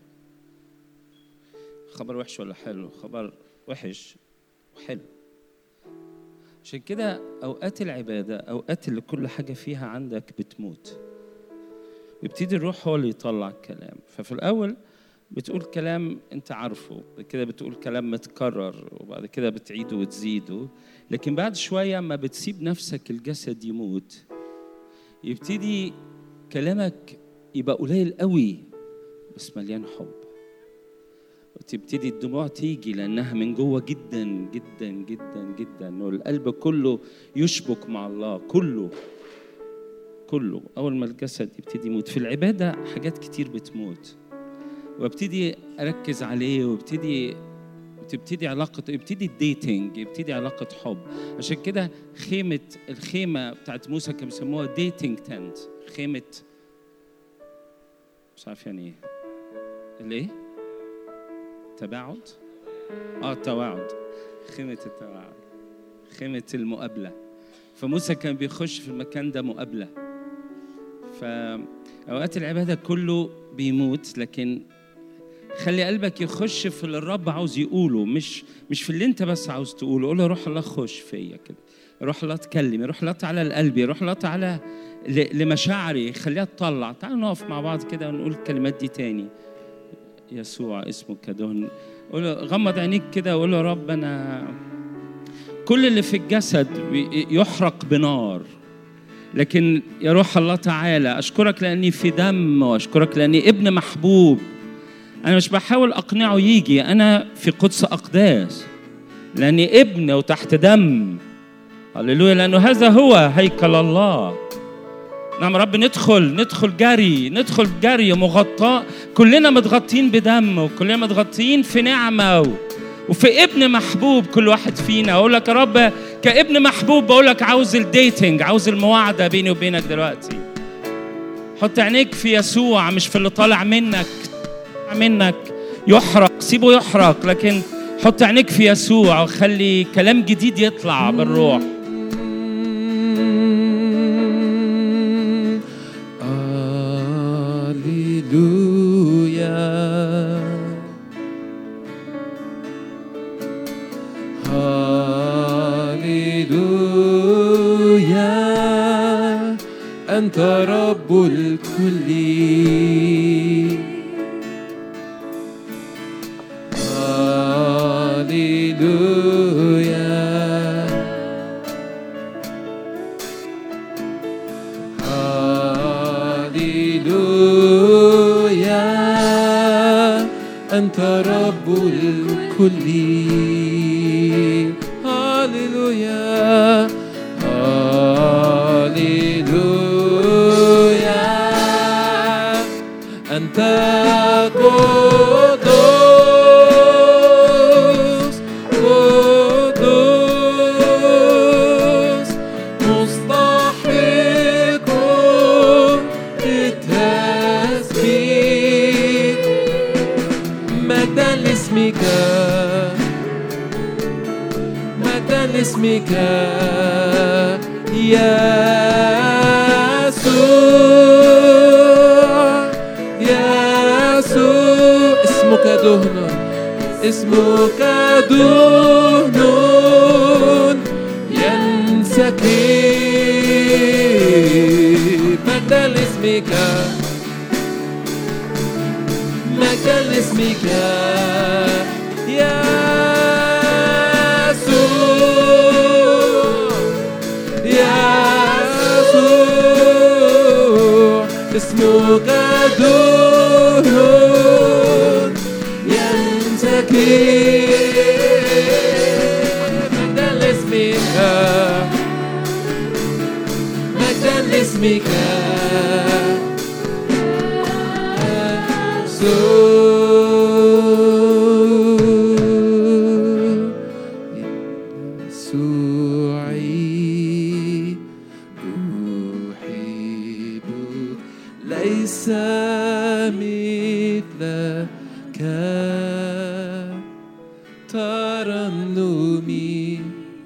خبر وحش ولا حلو؟ خبر وحش وحلو. عشان كده أوقات العبادة، أوقات اللي كل حاجة فيها عندك بتموت، ويبتدي الروح هو اللي يطلع الكلام. ففي الأول بتقول كلام أنت عارفه، كده بتقول كلام متكرر، وبعد كده بتعيده وتزيده. لكن بعد شوية ما بتسيب نفسك الجسد يموت، يبتدي كلامك يبقى قليل قوي بس مليان حب، وتبتدي الدموع تيجي لأنها من جوه جدا جدا جدا جدا، والقلب كله يشبك مع الله. كله كله أول ما الجسد يبتدي يموت في العبادة حاجات كتير بتموت، وابتدي أركز عليه، وابتدي وتبتدي علاقة، يبتدي الديتينج، يبتدي علاقة حب. عشان كده خيمة الخيمة بتاعت موسى كانوا بيسموها ديتينج تنت، خيمة مش عارف يعني ايه الايه تباعد اه تواعد خيمة التواعد، خيمة المقابلة. فموسى كان بيخش في المكان ده مقابلة. فأوقات العبادة كله بيموت، لكن خلي قلبك يخش في اللي الرب عاوز يقوله، مش مش في اللي انت بس عاوز تقوله. قول له روح الله خش فيا كده، روح الله اتكلم، روح الله تعالى لقلبي، روح الله تعالى لمشاعري، خليها تطلع. تعالوا نقف مع بعض كده ونقول الكلمات دي تاني. يسوع اسمك دهن. قول له غمض عينيك كده وقول له رب انا كل اللي في الجسد يحرق بنار، لكن يا روح الله تعالى أشكرك لأني في دم، وأشكرك لأني ابن محبوب. أنا مش بحاول أقنعه يجي، أنا في قدس أقداس لأني ابن وتحت دم. هللويا، لأنه هذا هو هيكل الله. نعم رب، ندخل ندخل جري ندخل جري مغطى، كلنا متغطين بدم، وكلنا متغطين في نعمة وفي ابن محبوب كل واحد فينا. أقول لك يا رب كابن محبوب بقول لك عاوز الديتنج، عاوز المواعدة بيني وبينك دلوقتي. حط عينيك في يسوع، مش في اللي طالع منك منك يحرق، سيبه يحرق، لكن حط عينيك في يسوع وخلي كلام جديد يطلع بالروح. أنت رب الكل، هاليلويا هاليلويا، أنت رب الكل، هاليلويا هاليلويا، أنت قدوس قدوس مستحق التسبيح، مجدا لاسمك مجدا لاسمك يسوع يسوع. اسمك دهن اسمك دهن ينسكب، مجدا لاسمك مجدا لاسمك اسمك دهن ينسكب، مجدا لاسمك مجدا لاسمك يسوعي ليس مثلك ترنمي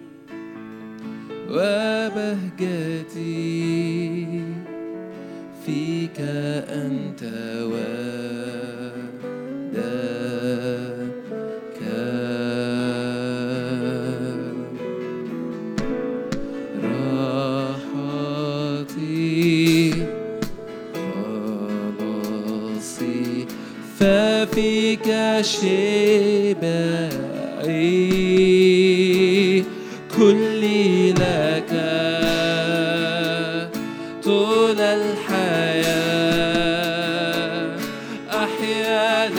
وبهجتي فيك أنت وحدك، راحتي ففيك شبعي كلي لك طول الحياة، أحيا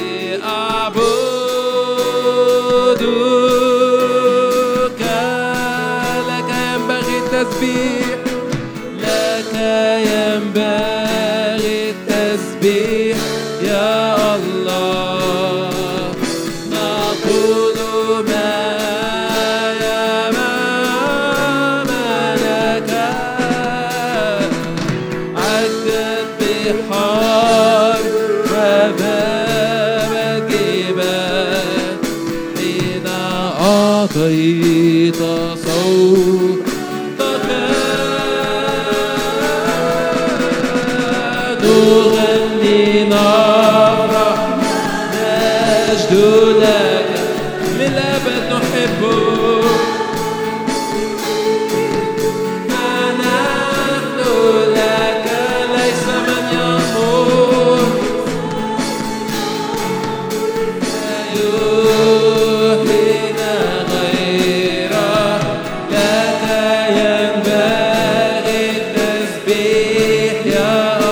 لأعبدك، لك ينبغي التسبيح لك ينبغي التسبيح يا الله. نقول ما يمامك عدت بحار وباب الجبال، حين أعطيت صوتك نغني نفرح لك من الأبد نحبك فنحن لك ليس من يموت فيحيينا غيرك لك ينبغي التسبيح يا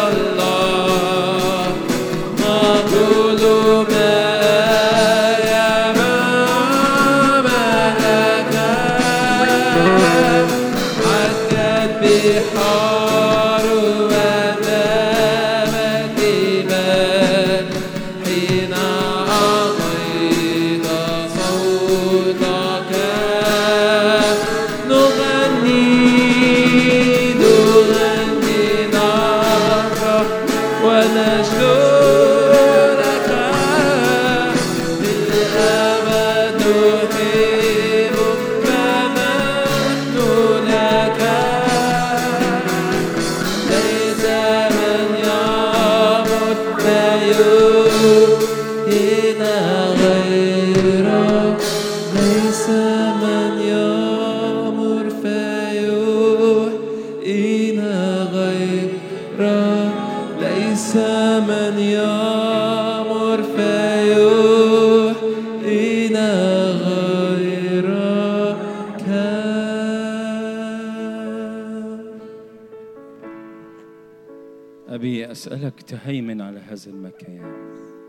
الله نقول ما بحار ودامت إيمان حين أعطيت صوتك نغني نغني نفرح ونشكرك للأبد نحبك فنحن لك ليس من يموت فيحيينا غيرك ليس من يمر فيحيينا غيرك ليس من يمر فيحيينا غيرك أبي أسألك تهيمن على هذا المكان.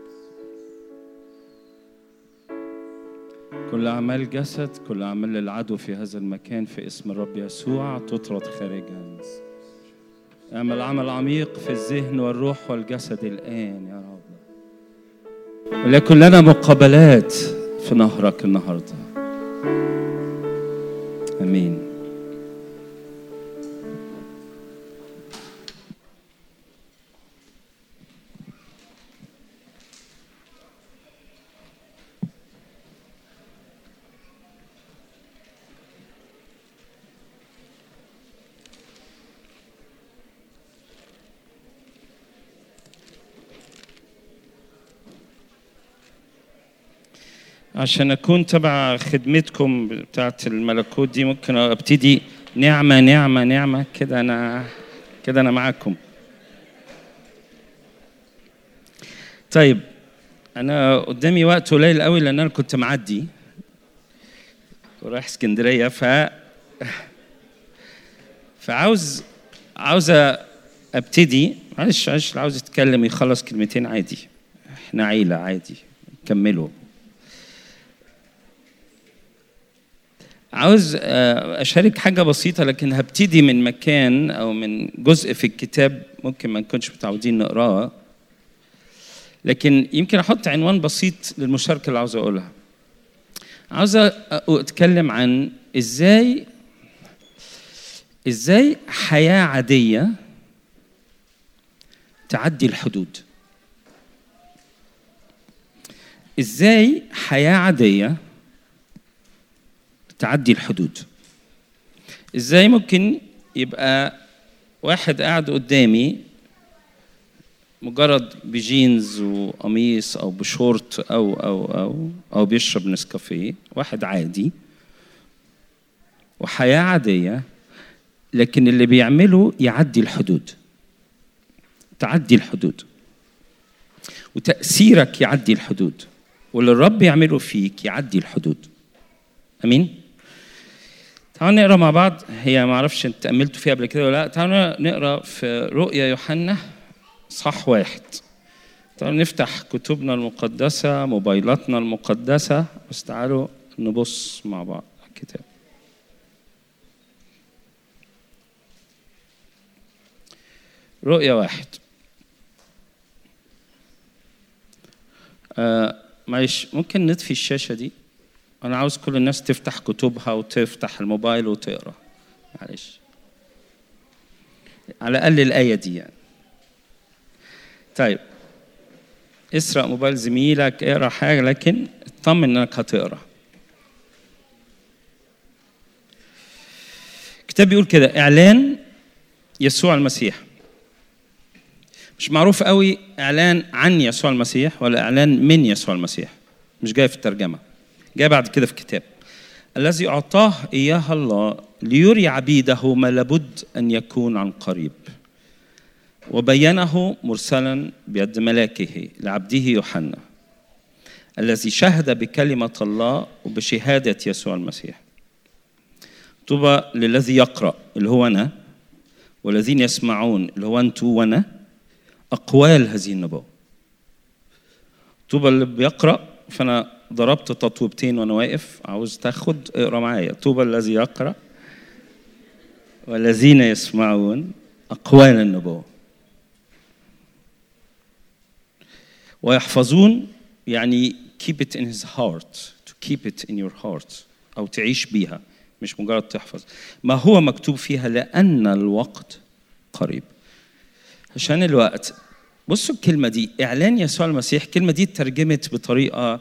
كل أعمال جسد، كل أعمال العدو في هذا المكان في اسم الرب يسوع تطرد خارجا. اعمل عمل عميق في الذهن والروح والجسد الآن يا رب. وليكن لنا مقابلات في نهرك النهارده. آمين. عشان أكون تبع خدمتكم بتاعت الملكوت دي ممكن أبتدي نعمة نعمة نعمة كده. أنا كده أنا معاكم. طيب أنا قدامي وقت قليل قوي لأن أنا كنت معدي ورايح اسكندرية ف فعاوز عاوز أبتدي. معلش معلش عاوز يتكلم يخلص كلمتين عادي. إحنا عيلة عادي كملوا. عاوز أشارك حاجة بسيطة لكن هبتدي من مكان أو من جزء في الكتاب ممكن ما نكونش متعودين نقراه، لكن يمكن أحط عنوان بسيط للمشاركة اللي عاوز أقولها. عاوز أتكلم عن إزاي إزاي حياة عادية تعدي الحدود. إزاي حياة عادية تعدي الحدود. ازاي ممكن يبقى واحد قاعد قدامي مجرد بجينز وقميص او بشورت او او او او بيشرب نسكافيه، واحد عادي وحياة عادية، لكن اللي بيعمله يعدي الحدود. تعدي الحدود وتأثيرك يعدي الحدود، واللي الرب يعمله فيك يعدي الحدود. امين. تعالوا نقرا مع بعض. هي ما اعرفش انت تأملتوا فيها قبل كده ولا لا. تعالوا نقرا في رؤيا يوحنا صح واحد. تعالوا نفتح كتبنا المقدسة، موبايلاتنا المقدسة، بس تعالوا نبص مع بعض على الكتاب. رؤيا واحد. آه معلش ممكن نطفي الشاشة دي؟ أنا عاوز كل الناس تفتح كتبها وتفتح الموبايل وتقرأ. معلش على الأقل الآية دي يعني. طيب اسرق موبايل زميلك، اقرأ حاجة، لكن اطمن إنك هتقرأ. الكتاب بيقول كده: إعلان يسوع المسيح. مش معروف قوي إعلان عن يسوع المسيح ولا إعلان من يسوع المسيح. مش جاي في الترجمة، جاي بعد كده في كتاب. الذي أعطاه إياها الله ليري عبيده ما لابد أن يكون عن قريب، وبينه مرسلا بيد ملاكه لعبده يوحنا الذي شهد بكلمة الله وبشهادة يسوع المسيح. طوبى للذي يقرأ اللي هو أنا، والذين يسمعون اللي هو أنتوا وأنا، أقوال هذه النبوة. طوبى اللي بيقرأ، فأنا ضربت تطويبتين وأنا واقف، عاوز تاخد اقرأ معايا. طوبى الذي يقرأ والذين يسمعون أقوال النبوة ويحفظون، يعني keep it in his heart, to keep it in your heart، أو تعيش بيها، مش مجرد تحفظ ما هو مكتوب فيها، لأن الوقت قريب. عشان الوقت، بصوا الكلمة دي إعلان يسوع المسيح، الكلمة دي ترجمت بطريقة،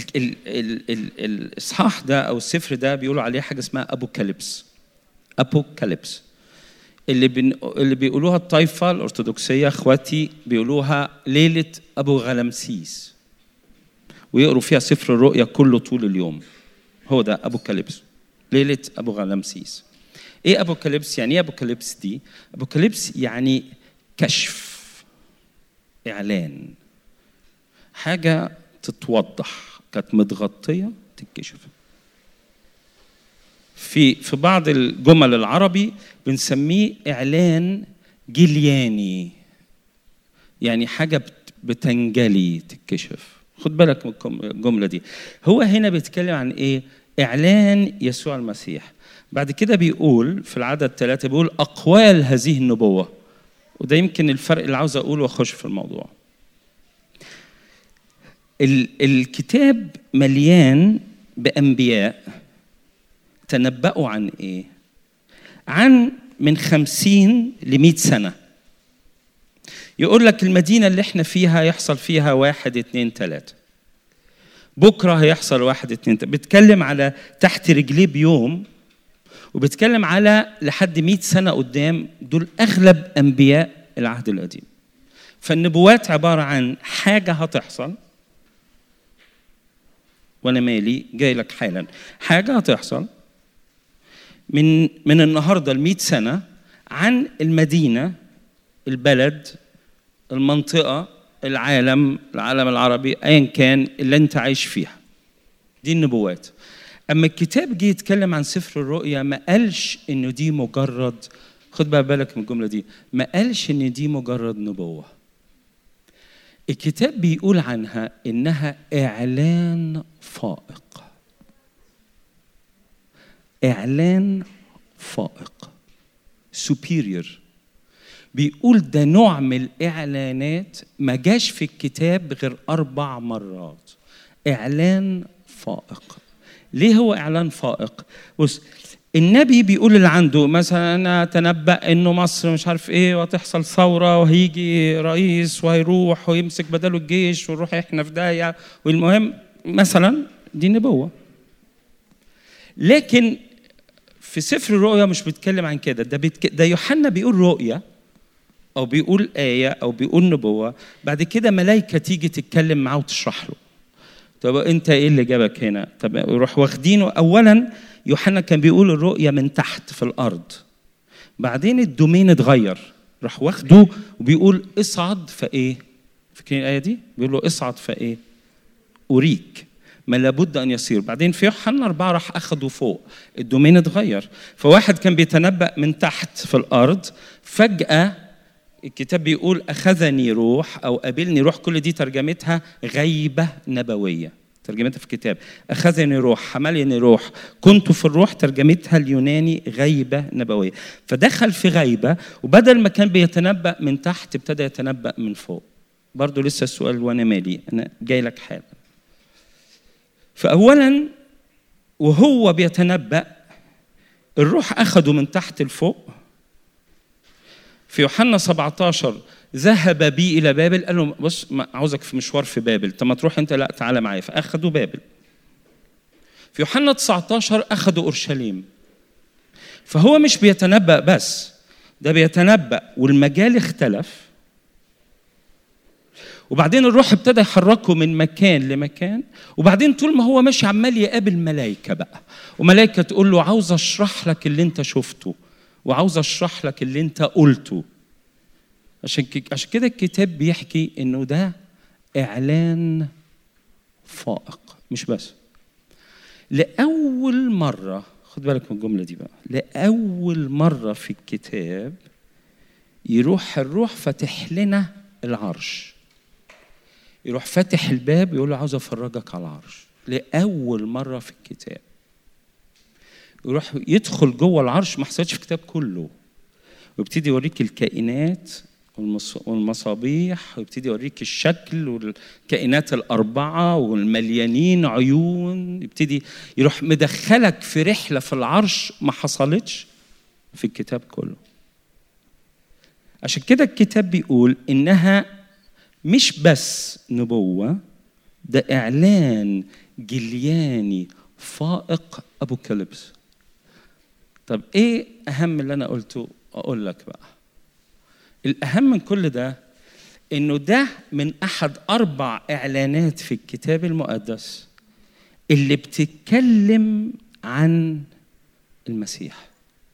الإصحاح ده أو السفر ده بيقولوا عليه حاجة اسمها أبوكاليبس. أبوكاليبس اللي بن... اللي بيقولوها الطائفة الأرثوذكسية إخواتي بيقولوها ليلة أبو غلمسيس، ويقروا فيها سفر الرؤيا كله طول اليوم. هو ده أبوكاليبس، ليلة أبو غلمسيس. إيه أبوكاليبس؟ يعني إيه أبوكاليبس دي؟ أبوكاليبس يعني كشف، إعلان، حاجة تتوضح، كانت متغطية تتكشف. في في بعض الجمل العربي بنسميه إعلان جلياني، يعني حاجة بتنجلي تتكشف. خد بالك من الجملة دي. هو هنا بيتكلم عن إيه؟ إعلان يسوع المسيح. بعد كده بيقول في العدد ثلاثة، بيقول أقوال هذه النبوة، وده يمكن الفرق اللي عاوز أقوله وأخش في الموضوع. الكتاب مليان بأنبياء تنبأوا عن إيه؟ عن من خمسين لمئة سنة. يقول لك المدينة اللي احنا فيها يحصل فيها واحد اتنين تلاتة، بكرة هيحصل واحد اتنين تلاتة. بتكلم على تحت رجليه بيوم، وبتكلم على لحد مئة سنة قدام. دول أغلب أنبياء العهد القديم. فالنبوات عبارة عن حاجة هتحصل، وأنا مالي جاي لك حالا، حاجة هتحصل من من النهارده لمئة سنة عن المدينة، البلد، المنطقة، العالم، العالم العربي، أيا كان اللي أنت عايش فيها. دي النبوات. أما الكتاب جه يتكلم عن سفر الرؤيا ما قالش إنه دي مجرد، خد بقى بالك من الجملة دي، ما قالش إن دي مجرد نبوة. الكتاب بيقول عنها إنها إعلان فائق. إعلان فائق superior. بيقول ده نوع من الإعلانات ما جاش في الكتاب غير أربع مرات. إعلان فائق. ليه هو إعلان فائق؟ بص، النبي بيقول اللي عنده، مثلا أنا تنبأ إنه مصر مش عارف إيه وتحصل ثورة وهيجي رئيس وهيروح ويمسك بداله الجيش ونروح إحنا في داهية، والمهم مثلا دي نبوة. لكن في سفر الرؤيا مش بيتكلم عن كده. ده بيتك... ده يوحنا بيقول رؤيا أو بيقول آية أو بيقول نبوة، بعد كده ملايكة تيجي تتكلم معاه وتشرح له. طب أنت إيه اللي جابك هنا؟ طب يروح واخدينه. أولاً يوحنا كان بيقول الرؤيا من تحت في الأرض، بعدين الدومين اتغير، راح واخده وبيقول اصعد فإيه؟ فاكرين الآية دي؟ بيقول له اصعد فإيه؟ أريك ما لابد أن يصير. بعدين في يوحنا أربعة راح أخده فوق، الدومين اتغير. فواحد كان بيتنبأ من تحت في الأرض، فجأة الكتاب بيقول أخذني روح أو قابلني روح. كل دي ترجمتها غيبة نبوية، ترجمتها في الكتاب. أخذني روح، حملني روح، كنت في الروح، ترجمتها اليوناني غيبة نبوية. فدخل في غيبة، وبدل ما كان بيتنبأ من تحت ابتدى يتنبأ من فوق. برضو لسه السؤال وأنا مالي، أنا جاي لك حالا. فأولا وهو بيتنبأ الروح أخده من تحت لفوق. في يوحنا سبعة عشر ذهب بي إلى بابل، قال له بص عاوزك في مشوار في بابل، طب ما تروح أنت؟ لا تعالى معايا. فأخذوا بابل. في يوحنا تسعة عشر أخذوا أورشليم. فهو مش بيتنبأ بس، ده بيتنبأ والمجال اختلف، وبعدين الروح ابتدى يحركه من مكان لمكان، وبعدين طول ما هو ماشي عمال يقابل ملائكة بقى، وملائكة تقول له عاوز اشرح لك اللي انت شفته، وعاوز اشرح لك اللي انت قلته. عشان عشان كده الكتاب بيحكي انه ده اعلان فائق. مش بس لأول مرة، خد بالك من الجملة دي بقى، لأول مرة في الكتاب يروح الروح فتح لنا العرش، يروح فتح الباب يقول له عاوز افرجك على العرش. لأول مرة في الكتاب يروح يدخل جوه العرش، ما حصلتش في الكتاب كله، ويبتدي يوريك الكائنات والمصابيح، ويبتدي يوريك الشكل والكائنات الأربعة والمليانين عيون، يبتدي يروح مدخلك في رحلة في العرش ما حصلتش في الكتاب كله. عشان كده الكتاب بيقول إنها مش بس نبوة، ده إعلان جلياني فائق أبوكاليبس. طب إيه أهم اللي أنا قلته؟ أقول لك بقى الأهم من كل ده إنه ده من أحد أربع إعلانات في الكتاب المقدس اللي بتتكلم عن المسيح.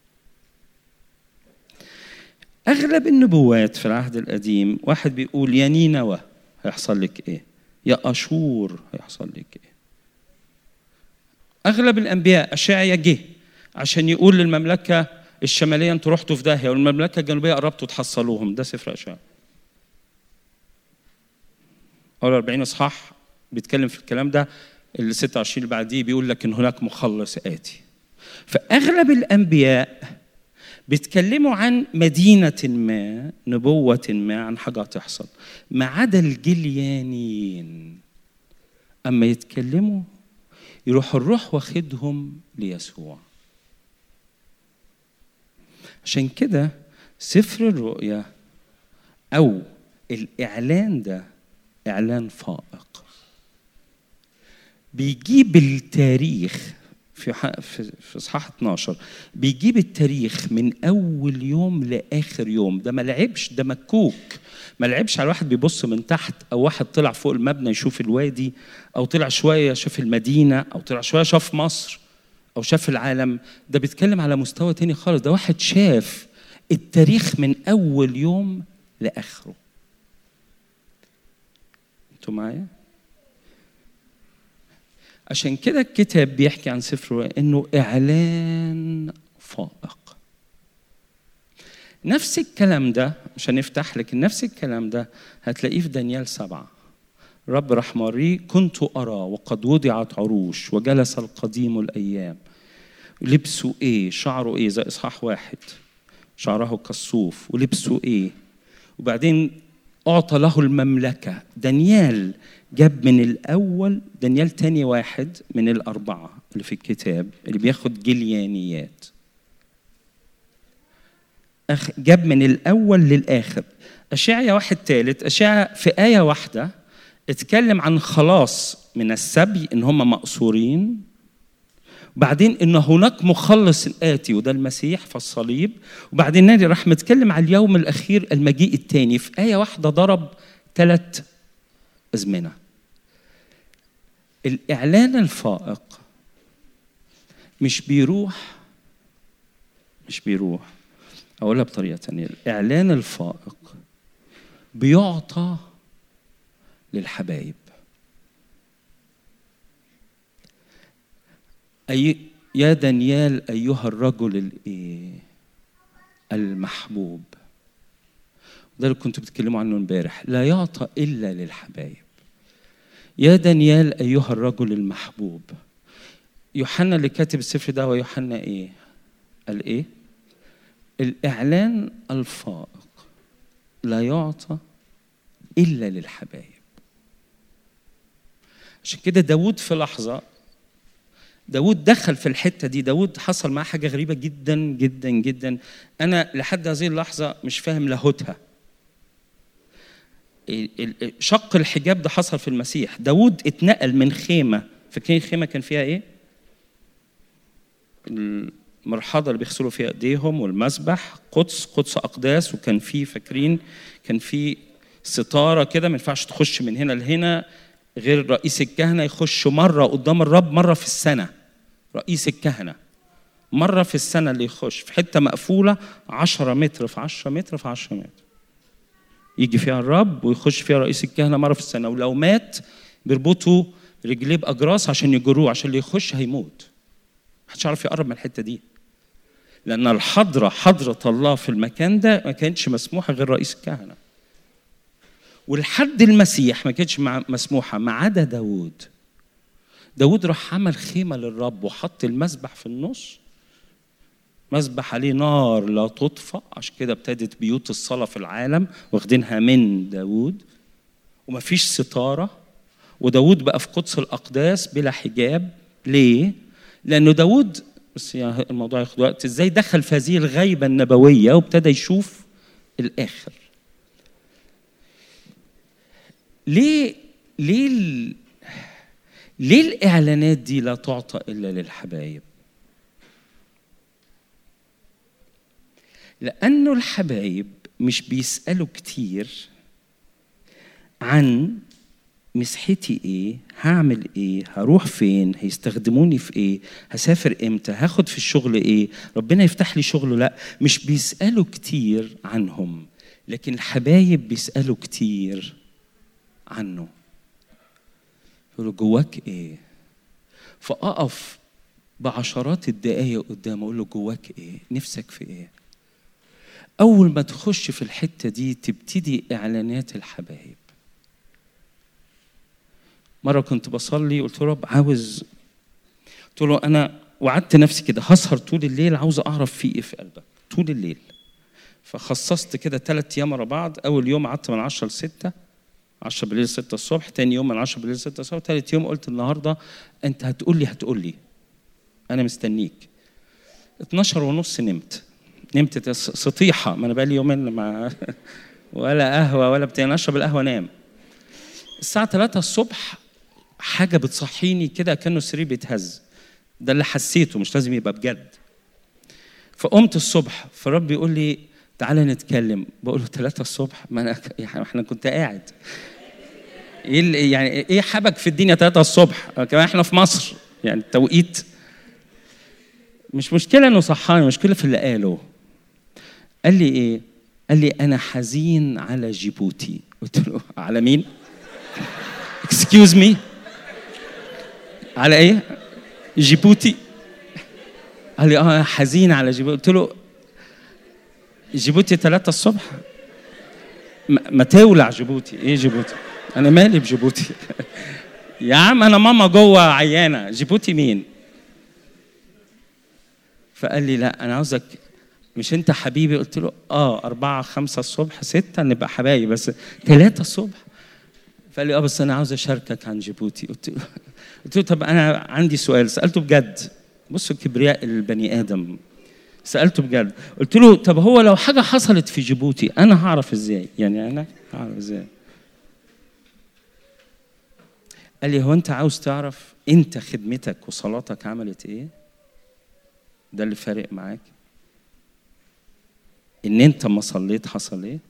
أغلب النبوات في العهد القديم واحد بيقول يا نينوى هيحصل لك إيه، يا أشور هيحصل لك إيه. أغلب الأنبياء أشعيا جه عشان يقول للمملكة الشمالية أنتوا رحتوا في داهية، والمملكة الجنوبية قربتوا تحصلوهم. ده سفر أشعيا. أول أربعين إصحاح بيتكلم في الكلام ده، ال ستة وعشرين اللي بعديه بيقول لك إن هناك مخلص آتي. فأغلب الأنبياء بيتكلموا عن مدينة ما، نبوة ما، عن حاجة تحصل، ما عدا الجليانيين أما يتكلموا يروح الروح واخدهم ليسوع. عشان كده سفر الرؤيا أو الإعلان ده إعلان فائق، بيجيب التاريخ في في إصحاح اثناشر، بيجيب التاريخ من أول يوم لآخر يوم. ده ما لعبش، ده مكوك، ما لعبش على واحد بيبص من تحت، أو واحد طلع فوق المبنى يشوف الوادي، أو طلع شوية شاف المدينة، أو طلع شوية شاف مصر، أو شاف العالم. ده بيتكلم على مستوى تاني خالص. ده واحد شاف التاريخ من أول يوم لآخره. أنتوا معايا؟ عشان كده الكتاب بيحكي عن سفر إنه إعلان فائق. نفس الكلام ده مش هنفتح لك، نفس الكلام ده هتلاقيه في دانيال سبعة. رب راح موريه كنت أرى وقد وضعت عروش وجلس القديم الأيام، لبسوا إيه، شعره إيه، زي إصحاح واحد شعره كالصوف، ولبسوا إيه، وبعدين أعطى له المملكة. دانيال جاب من الأول، دانيال تاني واحد من الأربعة اللي في الكتاب اللي بياخد جليانيات، جاب من الأول للآخر. أشعيا واحد ثالث، أشعيا في آية واحدة اتكلم عن خلاص من السبي، إن هم مقصورين، بعدين إن هناك مخلص آتي وده المسيح في الصليب، وبعدين نادي راح متكلم على اليوم الأخير المجيء الثاني. في آية واحدة ضرب ثلاث أزمنة. الإعلان الفائق مش بيروح مش بيروح أقولها بطريقة تانية، الإعلان الفائق بيعطى للحبايب. أي يا دانيال أيها الرجل الإيه المحبوب، ده اللي كنتوا بتتكلموا عنه امبارح، لا يعطى إلا للحبايب. يا دانيال أيها الرجل المحبوب. يوحنا اللي كاتب السفر ده ويوحنا إيه قال إيه؟ الإعلان الفائق لا يعطى إلا للحبايب. عشان كده داود في لحظة، داود دخل في الحتة دي. داود حصل معاه حاجة غريبة جدا جدا جدا، أنا لحد هذه اللحظة مش فاهم لاهوتها. شق الحجاب ده حصل في المسيح. داود اتنقل من خيمة، فاكرين الخيمة كان فيها إيه؟ المرحاضة اللي بيغسلوا فيها ايديهم، والمسبح، قدس قدس أقداس، وكان فيه فاكرين كان فيه ستاره كده ما ينفعش تخش من هنا لهنا، غير رئيس الكهنه يخش مره قدام الرب مره في السنه. رئيس الكهنه مره في السنه اللي يخش في حته مقفوله عشرة متر في عشرة متر في عشرة متر، يجي فيها الرب ويخش فيها رئيس الكهنه مره في السنه. ولو مات بيربطوا رجليه باجراس عشان يجروه، عشان اللي يخش هيموت. محدش يعرف يقرب من الحته دي، لان الحضره حضره الله في المكان ده ما كانتش مسموحه غير رئيس الكهنه. ولحد المسيح ما كانتش مسموحه ما عدا داوود. داوود راح عمل خيمه للرب وحط المسبح في النص، مسبح عليه نار لا تطفأ، عشان كده ابتدت بيوت الصلاه في العالم واخدينها من داوود. ومفيش ستاره، وداوود بقى في قدس الاقداس بلا حجاب. ليه؟ لانه داوود، بس يعني الموضوع ياخد وقت، ازاي دخل في هذه الغيبه النبويه وابتدى يشوف الاخر. ليه ليه ال... ليه الاعلانات دي لا تعطى الا للحبايب؟ لانه الحبايب مش بيسالوا كتير عن مسحتي ايه، هعمل ايه، هروح فين، هيستخدموني في ايه، هسافر امتى، هاخد في الشغل ايه، ربنا يفتح لي شغله. لا، مش بيسالوا كتير عنهم، لكن الحبايب بيسالوا كتير عنه. يقولوا جواك ايه؟ فاقف بعشرات الدقايق قدامه اقول له جواك ايه؟ نفسك في ايه؟ اول ما تخش في الحته دي تبتدي اعلانات الحبايب. مره كنت بصلي قلت له رب عاوز، قلت له انا وعدت نفسي كده هسهر طول الليل، عاوز اعرف في ايه في قلبك طول الليل. فخصصت كده ثلاث ايام ورا بعض. اول يوم قعدت من عشرة لستة، عشرة بالليل ستة الصبح. تاني يوم من عشرة بالليل ستة الصبح. ثالث يوم قلت النهارده انت هتقول لي هتقول لي انا مستنيك. اتناشر ونص نمت نمت سطيحه، ما انا بقى لي يومين مع ولا قهوه ولا بتاع، نشرب القهوه نام. الساعه ثلاثة الصبح حاجه بتصحيني كده كانه السرير بيتهز. ده اللي حسيته، مش لازم يبقى بجد. فقمت الصبح فالرب يقول لي تعالى نتكلم. بقول له ثلاثة الصبح؟ ما انا يعني احنا كنت قاعد ايه يعني ايه حبك في الدنيا ثلاثة الصبح؟ كمان احنا في مصر يعني التوقيت مش مشكله انه صحاني، مشكله في اللي قاله. قال لي ايه؟ قال لي انا حزين على جيبوتي. قلت له على مين؟ اكسكيوز مي، على ايه؟ جيبوتي؟ قال لي اه حزين على جيبوتي. قلت له جيبوتي ثلاثة الصبح؟ ما تولع جيبوتي. ايه جيبوتي؟ انا مالي بجيبوتي؟ يا عم انا ماما جوه عيانه، جيبوتي مين؟ فقال لي لا انا عاوزك، مش انت حبيبي؟ قلت له اه أربعة خمسة الصبح ستة نبقى حبايب، بس ثلاثة الصبح. فقال لي اه بس انا عاوز اشاركك عن جيبوتي. قلت له قلت له طب انا عندي سؤال. سالته بجد، بصوا كبرياء البني ادم. سالته بجد، قلت له طب هو لو حاجه حصلت في جيبوتي انا هعرف ازاي؟ يعني انا هعرف ازاي؟ قال لي هو انت عاوز تعرف انت خدمتك وصلاتك عملت ايه؟ ده اللي فارق معاك؟ ان انت ما صليت حصل ايه؟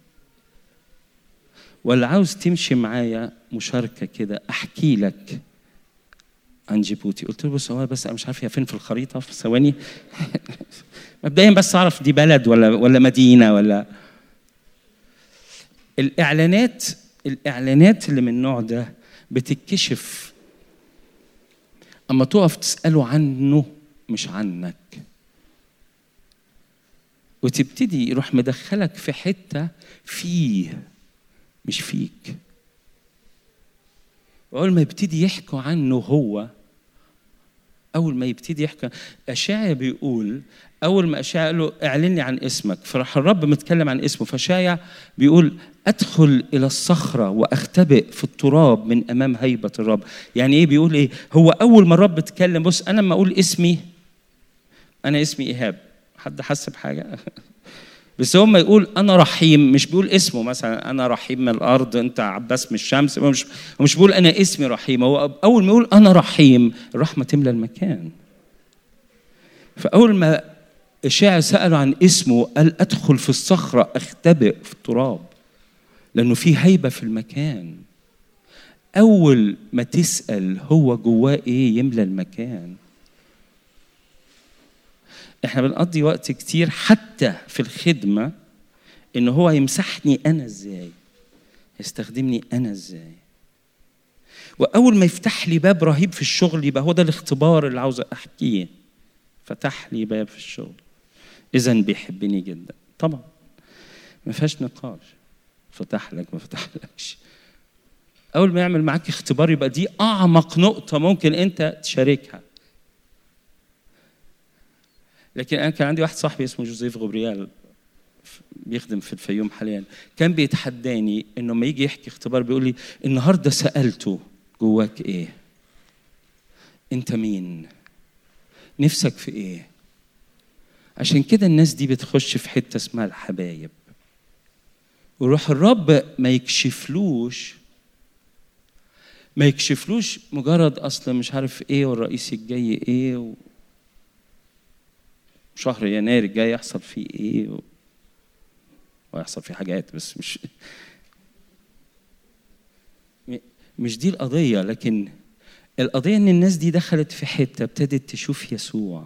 ولا عاوز تمشي معايا مشاركه كده احكي لك عن جيبوتي؟ قلت له بص هو بس انا مش عارف هي فين في الخريطه، في ثواني مبدئيا بس اعرف دي بلد ولا ولا مدينه ولا. الاعلانات الاعلانات اللي من النوع ده بتتكشف اما تقف تساله عنه مش عنك، وتبتدي يروح مدخلك في حته فيه مش فيك. وأول ما يبتدي يحكوا عنه هو، أول ما يبتدي يحكي، أشعيا بيقول أول ما أشعيا قال له اعلني عن اسمك، فراح الرب متكلم عن اسمه. فأشعيا بيقول أدخل إلى الصخرة وأختبئ في التراب من أمام هيبة الرب. يعني إيه؟ بيقول إيه؟ هو أول ما الرب اتكلم، بص أنا لما أقول اسمي، أنا اسمي إيهاب، حد حس بحاجة؟ بس هو ما يقول أنا رحيم، مش بيقول اسمه مثلا أنا رحيم من الأرض، أنت عباس من الشمس، هو مش هو مش بيقول أنا اسمي رحيم. هو أول ما يقول أنا رحيم الرحمة تملى المكان. فأول ما إشعيا سأله عن اسمه قال أدخل في الصخرة أختبئ في التراب. لأنه في هيبة في المكان. أول ما تسأل هو جواه إيه يملى المكان. إحنا بنقضي وقت كتير حتى في الخدمة إن هو يمسحني أنا إزاي، يستخدمني أنا إزاي. وأول ما يفتح لي باب رهيب في الشغل يبقى هو ده الاختبار اللي عاوز أحكيه. فتح لي باب في الشغل، إذن بيحبني جدا. طبعا ما فيهاش نقاش، فتح لك ما فتح لكش. أول ما يعمل معاك اختبار يبقى دي أعمق نقطة ممكن أنت تشاركها. لكن أنا كان عندي واحد صاحبي اسمه جوزيف غبريال بيخدم في الفيوم حاليا، كان بيتحداني إنه ما يجي يحكي اختبار بيقول لي النهاردة سألته جواك إيه؟ أنت مين؟ نفسك في إيه؟ عشان كده الناس دي بتخش في حتة اسمها الحبايب، وروح الرب ما يكشفلوش ما يكشفلوش مجرد أصلا مش عارف إيه والرئيس الجاي إيه وشهر يناير الجاي يحصل فيه إيه و... ويحصل فيه حاجات، بس مش مش دي القضية. لكن القضية إن الناس دي دخلت في حتة ابتدت تشوف يسوع،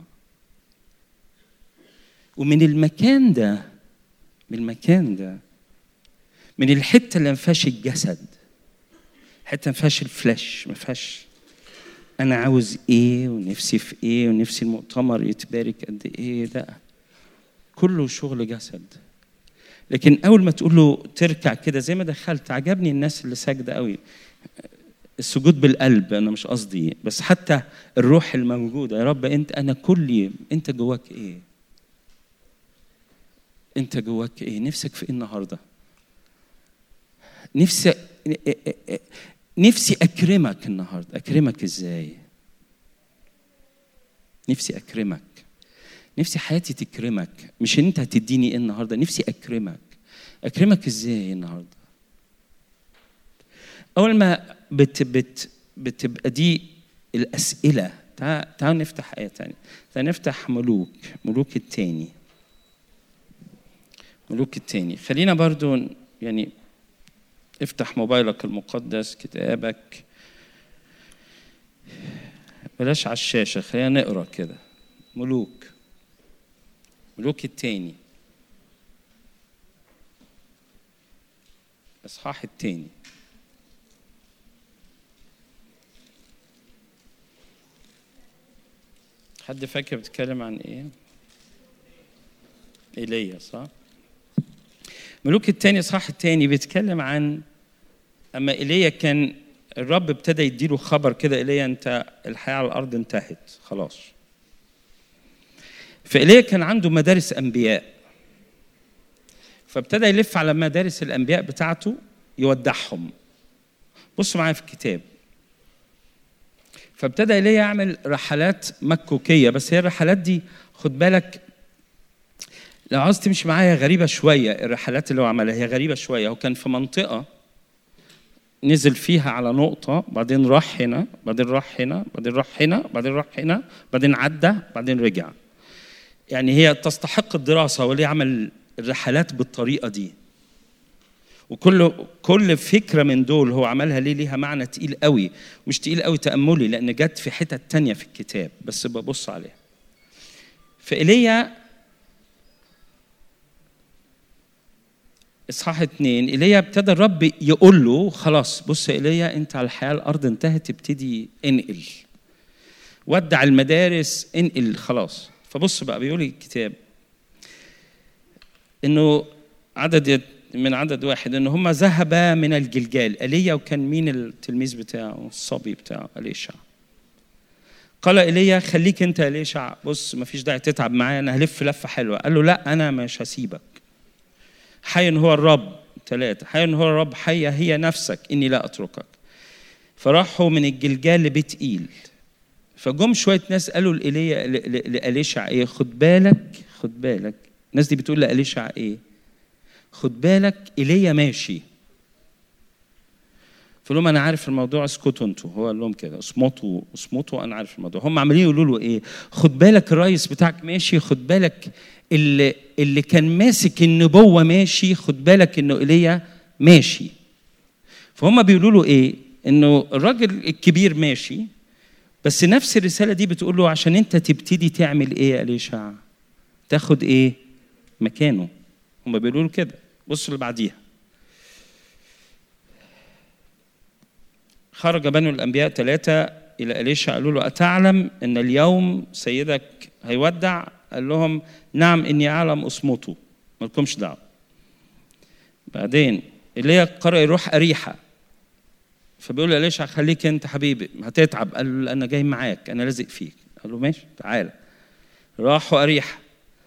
ومن المكان ده من المكان ده من الحتة اللي ما فيهاش الجسد، حتة ما فيهاش الفلاش، ما فيهاش أنا عاوز إيه ونفسي في إيه ونفسي المؤتمر يتبارك قد إيه، ده كله شغل جسد. لكن أول ما تقول له تركع كده زي ما دخلت، عجبني الناس اللي ساجدة قوي، السجود بالقلب، أنا مش قصدي بس حتى الروح الموجودة. يا رب أنت أنا كلي، أنت جواك إيه؟ أنت جواك إيه؟ نفسك في إيه النهاردة؟ نفسي نفسي أكرمك النهاردة. أكرمك إزاي؟ نفسي أكرمك، نفسي حياتي تكرمك، مش أنت هتديني إيه النهاردة، نفسي أكرمك. أكرمك إزاي النهاردة؟ أول ما بت بت بتبقى دي الأسئلة. تعال تعال نفتح آية تانية، تعال نفتح ملوك ملوك التاني ملوك التاني. خلينا برضو يعني افتح موبايلك المقدس، كتابك، بلاش على الشاشة، خلينا نقرأ كده. ملوك ملوك التاني إصحاح التاني. حد فاكر بتتكلم عن ايه؟ ايليا، صح؟ ملوك التاني إصحاح التاني بيتكلم عن اما ايليا كان الرب ابتدى يديله خبر كده، ايليا انت الحياة على الارض انتهت خلاص. فايليا كان عنده مدارس انبياء، فابتدى يلف على مدارس الانبياء بتاعته يودعهم. بصوا معايا في الكتاب. فابتدى ايليا يعمل رحلات مكوكيه، بس هي الرحلات دي خد بالك لو عاوز تمشي معايا غريبه شويه. الرحلات اللي هو عملها هي غريبه شويه. هو كان في منطقه نزل فيها على نقطه، بعدين راح هنا، بعدين راح هنا، بعدين راح هنا، بعدين راح هنا، بعدين عدى، بعدين رجع. يعني هي تستحق الدراسه واللي عمل الرحلات بالطريقه دي. وكل كل فكره من دول هو عملها ليه ليها معنى تقيل قوي، مش تقيل قوي تاملي لان جت في حتت تانية في الكتاب بس ببص عليها. فإيليا إصحاح اتنين، إيليا ابتدى الرب يقول له خلاص بص إيليا انت على الحياه الارض انتهت، ابتدي انقل، ودع المدارس، انقل خلاص. فبص بقى بيقول الكتاب انه عدد من عدد واحد ان هم ذهبا من الجلجال. ايليا وكان مين التلميذ بتاعه؟ الصبي بتاعه إليشع. قال ايليا خليك انت يا إليشع، بص ما فيش داعي تتعب معايا، انا هلف لفه حلوه. قال له لا انا مش هسيبك. حي هو الرب، ثلاثه، حي هو الرب، حي هي نفسك اني لا اتركك. فراحوا من الجلجال لبيت إيل. فجم شويه ناس قالوا لإيليا لإليشع ايه؟ خد بالك خد بالك. الناس دي بتقول لإليشع ايه؟ خد بالك إيليا ماشي. فقال لهم انا عارف الموضوع، اسكتوا انتوا. هو قال لهم كده اصمتوا اصمتوا انا عارف الموضوع. هم عمالين يقولوا له ايه؟ خد بالك الرئيس بتاعك ماشي، خد بالك اللي اللي كان ماسك النبوه ماشي، خد بالك انه إيليا ماشي. فهم بيقولوا له ايه؟ انه الراجل الكبير ماشي، بس نفس الرساله دي بتقول له عشان انت تبتدي تعمل ايه يا إليشع؟ تاخد ايه مكانه. هم بيقولوا له كده. بصوا اللي بعديها. خرج بنو الانبياء ثلاثه الى إليشع قالوا له اتعلم ان اليوم سيدك هيودع؟ قال لهم نعم اني اعلم، اصمتوا ما لكمش دعوه. بعدين ايليا قرر يروح اريحه، فبيقول له إليشع خليك انت حبيبي هتتعب. قال له انا جاي معاك، انا لازق فيك. قال له ماشي تعالى. راحوا اريحه.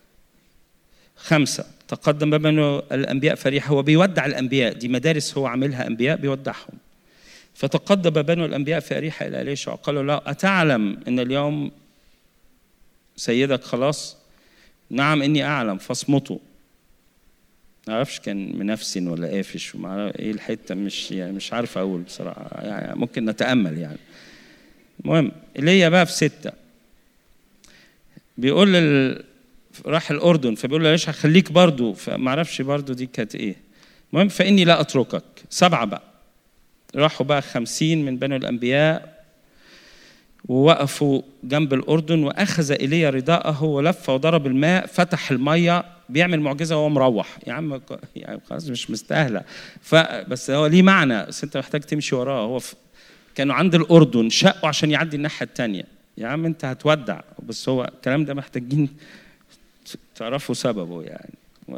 خمسه تقدم بنو الانبياء فريحه. هو بيودع الانبياء، دي مدارس هو عاملها انبياء بيودعهم. فتقدم بنو الانبياء في اريحه الى إليشع وقالوا له اتعلم ان اليوم سيدك خلاص؟ نعم اني اعلم، فاصمتوا. ما اعرفش كان منفسن ولا قافش وما ايه الحته، مش يعني مش عارف اقول بصراحه، يعني ممكن نتامل يعني. المهم ايليا بقى في سته بيقول ال... راح الاردن، فبيقول له ليش خليك برضو، فما اعرفش برضو دي كانت ايه. المهم فاني لا اتركك. سبعه بقى راحوا بقى خمسين من بنو الانبياء ووقفوا جنب الأردن، وأخذ إيليا رداءه ولف وضرب الماء، فتح المية، بيعمل معجزة وهو مروح. يا عم يعني خلاص مش مستاهلة، فبس هو ليه معنى، بس أنت محتاج تمشي وراه. هو ف... كانوا عند الأردن شقوا عشان يعدي الناحية التانية. يا عم أنت هتودع، بس هو الكلام ده محتاجين تعرفوا سببه يعني.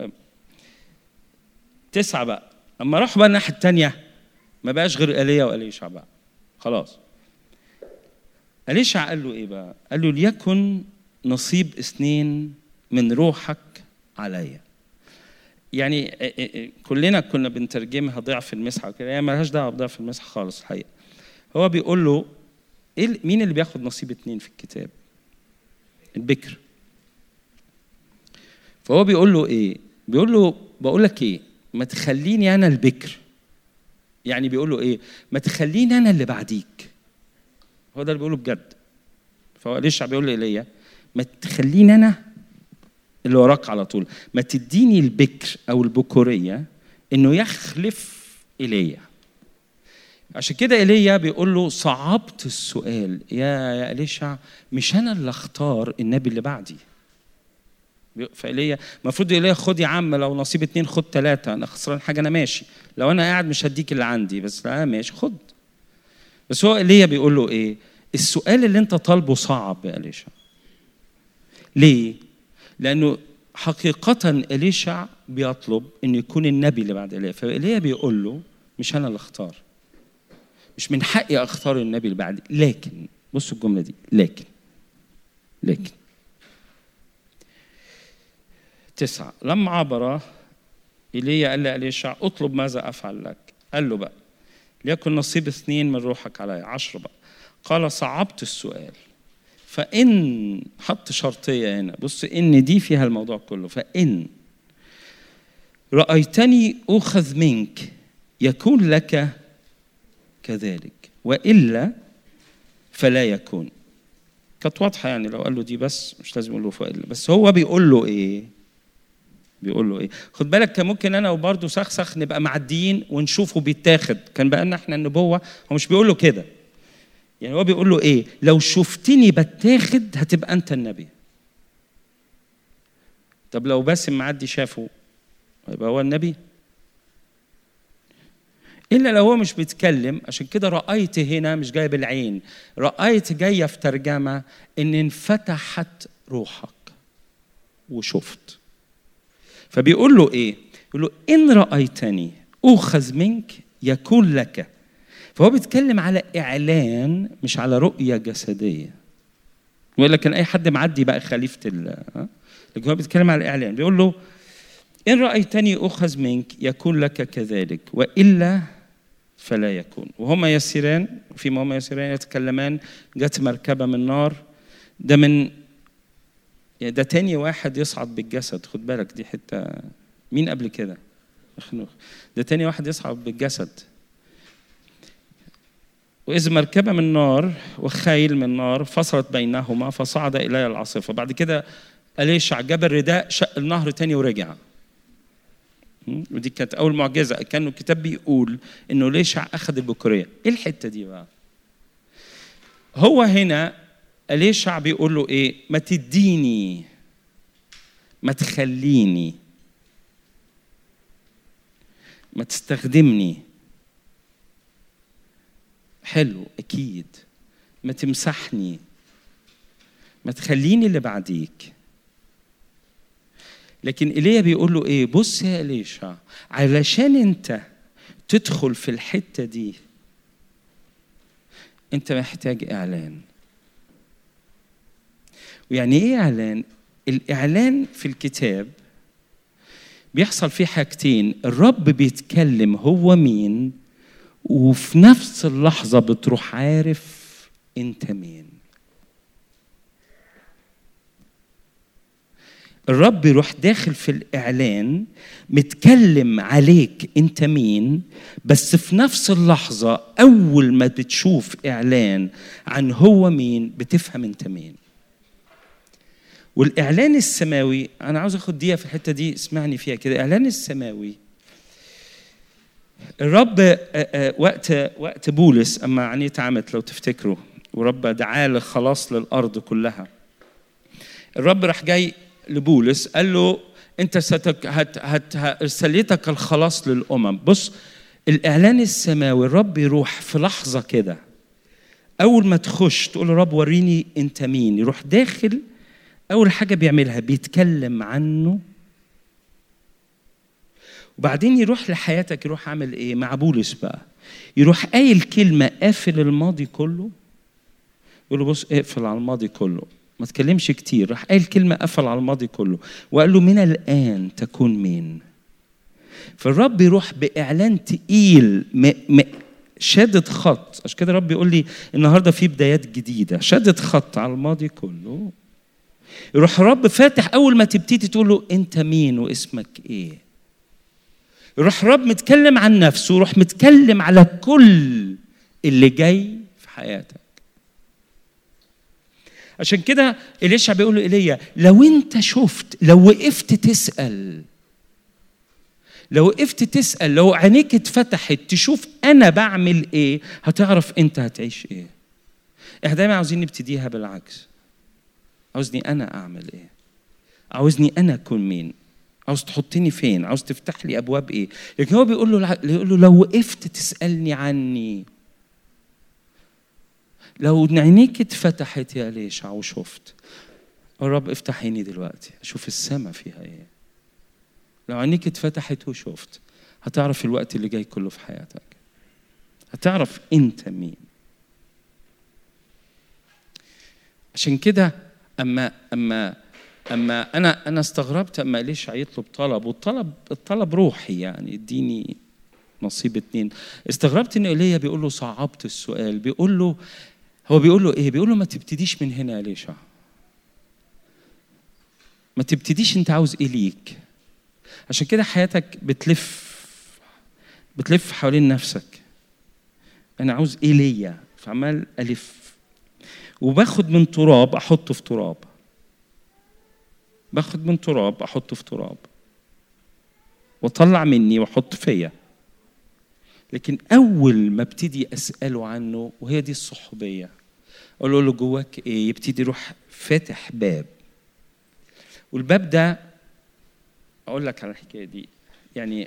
تسعة بقى أما راحوا بقى الناحية التانية ما بقاش غير إيليا وإليشع بقى خلاص. إليشع قال له ايه بقى؟ قال له ليكن نصيب اثنين من روحك عليا. يعني كلنا كنا بنترجمها ضعف المسحه وكده، هي مالهاش دعوه بضعف المسحه خالص الحقيقه. هو بيقول له ايه مين اللي بياخد نصيب اثنين في الكتاب؟ البكر. فهو بيقول له ايه؟ بيقول له بقول لك ايه؟ ما تخليني انا البكر. يعني بيقول له ايه؟ ما تخليني انا اللي بعديك. هو ده اللي بيقوله بجد. فهو إليشع بيقول لي إيليا ما تخليني أنا اللي وراك على طول، ما تديني البكر أو البكورية إنه يخلف إيليا. عشان كده إيليا بيقول له صعبت السؤال يا يا إليشع، مش أنا اللي اختار النبي اللي بعدي. فإيليا المفروض إيليا خد يا عم لو نصيب اتنين خد ثلاثة، أنا خسران حاجة أنا ماشي، لو أنا قاعد مش هديك اللي عندي، بس لا ماشي خد. بس هو إيليا بيقول له ايه؟ السؤال اللي انت طالبه صعب يا إليشع. ليه؟ لانه حقيقة إليشع بيطلب انه يكون النبي اللي بعد إيليا، فإيليا بيقول له مش انا اللي اختار، مش من حقي اختار النبي اللي بعدي، لكن بصوا الجملة دي، لكن لكن تسعة لما عبر إيليا قال لإليشع اطلب ماذا افعل لك؟ قال له بقى ليكن نصيب اثنين من روحك علي. عشر بقى قال صعبت السؤال فإن، حط شرطية هنا، بص إن دي فيها الموضوع كله، فإن رأيتني أخذ منك يكون لك كذلك، وإلا فلا يكون. كانت واضحة يعني، لو قال له دي بس مش لازم يقول له فإلا. بس هو بيقول له إيه؟ بيقول له ايه؟ خد بالك كان ممكن انا وبرده سخسخ نبقى معديين ونشوفه بيتاخد، كان بقى لنا احنا النبوه. هو مش بيقول له كده يعني، هو بيقول له ايه؟ لو شفتني بتاخد هتبقى انت النبي. طب لو باسم معدي شافه هيبقى هو النبي؟ الا لو هو مش بيتكلم. عشان كده رايت هنا مش جايه بالعين، رايت جايه في ترجمه ان انفتحت روحك وشفت. فبيقول له ايه؟ يقول له ان رايتني اخذ منك يكون لك. فهو بيتكلم على اعلان مش على رؤيه جسديه. ويقول لك ان اي حد معدي بقى خليفه ال لكن هو بيتكلم على الاعلان. بيقول له ان رايتني اخذ منك يكون لك كذلك، والا فلا يكون. وهما يسيران، فيما هما يسيران يتكلمان جت مركبه من نار. ده من يعني ده تاني واحد يصعد بالجسد. خد بالك دي حته، مين قبل كده؟ خنوخ. ده تاني واحد يصعد بالجسد. وإذ مركبة من نار وخيل من نار فصلت بينهما فصعد إلي العاصفة. بعد كده إليشع جاب الرداء شق النهر تاني ورجع. ودي كانت اول معجزه، كانوا الكتاب بيقول انه ليشع اخذ البكوريه. ايه الحته دي بقى؟ هو هنا ليشع بيقول له ايه؟ ما تديني، ما تخليني، ما تستخدمني. حلو اكيد. ما تمسحني، ما تخليني اللي بعديك. لكن إيليا بيقول له ايه؟ بص يا إليشع، علشان انت تدخل في الحتة دي انت محتاج اعلان. ويعني ايه اعلان؟ الاعلان في الكتاب بيحصل فيه حاجتين، الرب بيتكلم هو مين، وفي نفس اللحظة بتروح عارف انت مين. الرب يروح داخل في الإعلان متكلم عليك انت مين، بس في نفس اللحظة أول ما بتشوف إعلان عن هو مين بتفهم انت مين. والإعلان السماوي، أنا عاوز أخد دقيقة في الحتة دي اسمعني فيها كده. الإعلان السماوي الرب وقت وقت بولس أما عني اتعمت لو تفتكروا، ورب دعاه لخلاص للأرض كلها، الرب راح جاي لبولس قال له أنت ستك هت هت ارسلتك الخلاص للأمم. بص الإعلان السماوي الرب يروح في لحظة كده، أول ما تخش تقول له رب وريني أنت مين، يروح داخل أول حاجة بيعملها بيتكلم عنه، وبعدين يروح لحياتك. يروح عامل إيه مع بولس بقى؟ يروح قايل كلمة قافل الماضي كله، يقول له بص اقفل على الماضي كله، ما تكلمش كتير. راح قايل كلمة قفل على الماضي كله وقال له من الآن تكون مين. فالرب يروح بإعلان تقيل م... م... شادد خط. عشان كده الرب يقول لي النهاردة في بدايات جديدة، شادد خط على الماضي كله. يروح الرب فاتح أول ما تبتدي تقول له أنت مين واسمك إيه. يروح الرب متكلم عن نفسه، يروح متكلم على كل اللي جاي في حياتك. عشان كده إليشع بيقول له إيليا لو أنت شفت، لو وقفت تسأل، لو وقفت تسأل، لو عينيك اتفتحت تشوف أنا بعمل إيه، هتعرف أنت هتعيش إيه. إحنا دايما عاوزين نبتديها بالعكس. عاوزني أنا أعمل إيه؟ عاوزني أنا أكون مين؟ عاوز تحطني فين؟ عاوز تفتح لي أبواب إيه؟ لكن هو بيقول له بيقول له لو وقفت تسألني عني، لو عينيك اتفتحت يا إليشع وشفت، الرب افتح عيني دلوقتي أشوف السماء فيها إيه. لو عينيك اتفتحت وشفت هتعرف الوقت اللي جاي كله في حياتك، هتعرف أنت مين. عشان كده أما أما أما أنا أنا استغربت أما إليشع يطلب طلب، والطلب الطلب روحي يعني اديني نصيب اتنين. استغربت إن إيليا بيقول له صعبت السؤال، بيقول له هو بيقول له إيه؟ بيقول له ما تبتديش من هنا يا إليشع، ما تبتديش أنت عاوز إيه ليك. عشان كده حياتك بتلف بتلف حوالين نفسك. أنا عاوز إيه ليا، فعمال ألف وباخد من تراب أحطه في تراب، باخد من تراب أحطه في تراب، وطلع مني وأحط فيا. لكن أول ما ابتدي أسأله عنه، وهي دي الصحوبية، أقول له جواك إيه، يبتدي يروح فاتح باب. والباب ده أقول لك على الحكاية دي. يعني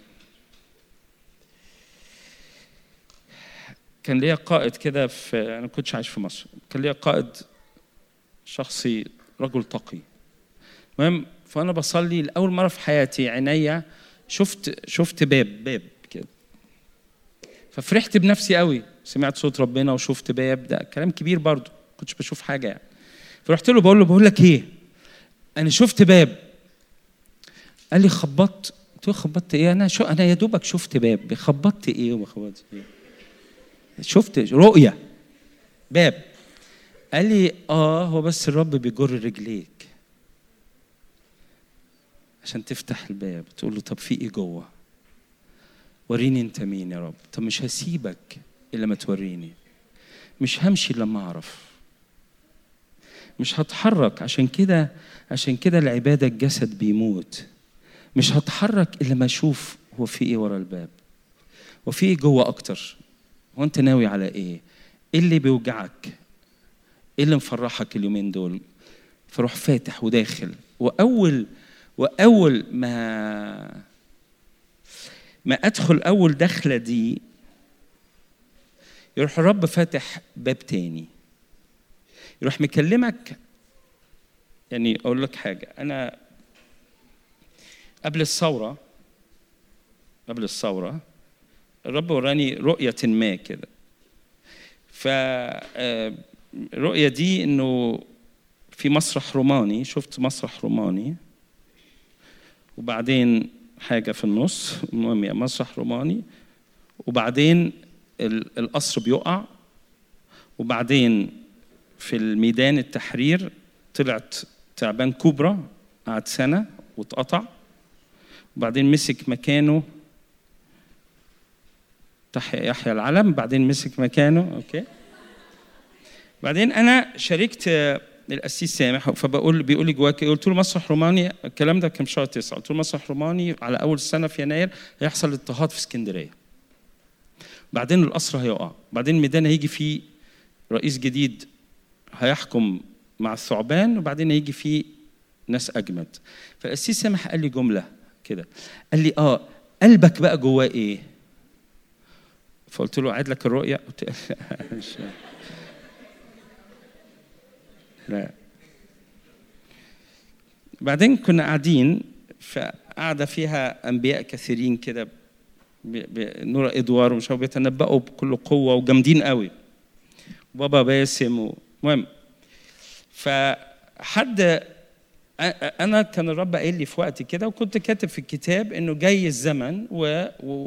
كان ليا قائد كده، في أنا كنتش عايش في مصر، كان ليا قائد شخصي رجل تقي. المهم فأنا بصلي لأول مرة في حياتي عينيا شفت شفت باب باب كده، ففرحت بنفسي قوي. سمعت صوت ربنا وشفت باب، ده كلام كبير برضو، كنتش بشوف حاجة يعني. فرحت له بقول له بقول لك إيه، أنا شفت باب. قال لي خبطت. قلت له خبطت إيه؟ أنا شو أنا يا دوبك شفت باب، خبطت إيه وما خبطت إيه؟ شفت رؤية باب. قال لي آه هو بس الرب بيجر رجليك عشان تفتح الباب. تقول له طب في إيه جوه؟ وريني أنت مين يا رب. طب مش هسيبك إلا ما توريني، مش همشي لما أعرف، مش هتحرك. عشان كده عشان كده العبادة الجسد بيموت. مش هتحرك إلا ما أشوف هو في ايه ورا الباب، وفي ايه جوه اكتر، هو انت ناوي على ايه، ايه اللي بيوجعك، ايه اللي مفرحك اليومين دول. فروح فاتح وداخل، واول واول ما ما ادخل اول دخله دي يروح الرب فاتح باب تاني، يروح مكلمك. يعني اقول لك حاجه، انا قبل الثوره قبل الثوره الرب وراني رؤيه ما كده. فالرؤيه دي انه في مسرح روماني، شفت مسرح روماني وبعدين حاجه في النص، المهم مسرح روماني، وبعدين القصر بيقع، وبعدين في الميدان التحرير طلعت تعبان كوبرا قعد سنه واتقطع، وبعدين مسك مكانه يحيى العلم، بعدين مسك مكانه اوكي. بعدين انا شاركت القسيس سامح، فبقول بيقول لي جواك، قلت له مسرح روماني، الكلام ده كان في شهر تسعة، قلت له مسرح روماني على اول السنه في يناير هيحصل اضطهاد في اسكندريه، بعدين القصر هيقع، بعدين الميدان هيجي فيه رئيس جديد هيحكم مع الثعبان، وبعدين هيجي فيه ناس اجمد. فالقسيس سامح قال لي جمله كده، قال لي اه قلبك بقى جواه ايه؟ فقلت له اعيد لك الرؤيه، قلت له لا. بعدين كنا قاعدين فقعدة فيها انبياء كثيرين كده، نور ادوار ومش بيتنبأوا بكل قوه وجامدين قوي، وبابا باسم، المهم فحد انا كان الرب قايل لي في وقت كده، وكنت كاتب في الكتاب انه جاي الزمن و, و...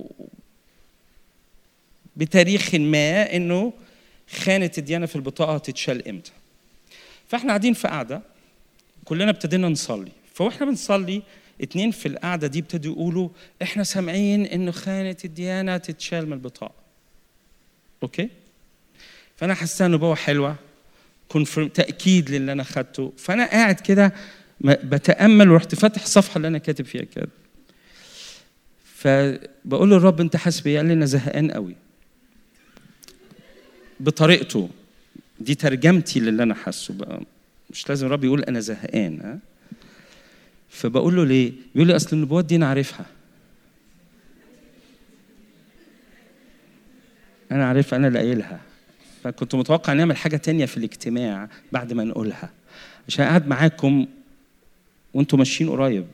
بتاريخ ما انه خانه الديانه في البطاقه تتشال امتى. فاحنا قاعدين في قاعده كلنا ابتدينا نصلي، فواحنا بنصلي اتنين في القعده دي ابتدوا يقولوا احنا سامعين انه خانه الديانه تتشال من البطاقه. اوكي؟ فانا حاسه نبوه حلوه، كونفيرم، تاكيد للي انا خدته. فانا قاعد كده بتامل، ورحت فاتح الصفحه اللي انا كاتب فيها كده، فبقول له الرب انت حاسس بيه؟ قال لي انا زهقان قوي. بطريقته دي ترجمتي للي انا حاسه بقى، مش لازم الرب يقول انا زهقان. ها؟ فبقول له ليه؟ يقول لي اصل النبوات دي انا عارفها. انا عارفها، انا اللي قايلها. فكنت متوقع نعمل حاجه تانية في الاجتماع بعد ما نقولها، عشان قاعد معاكم وانتم ماشيين قريب.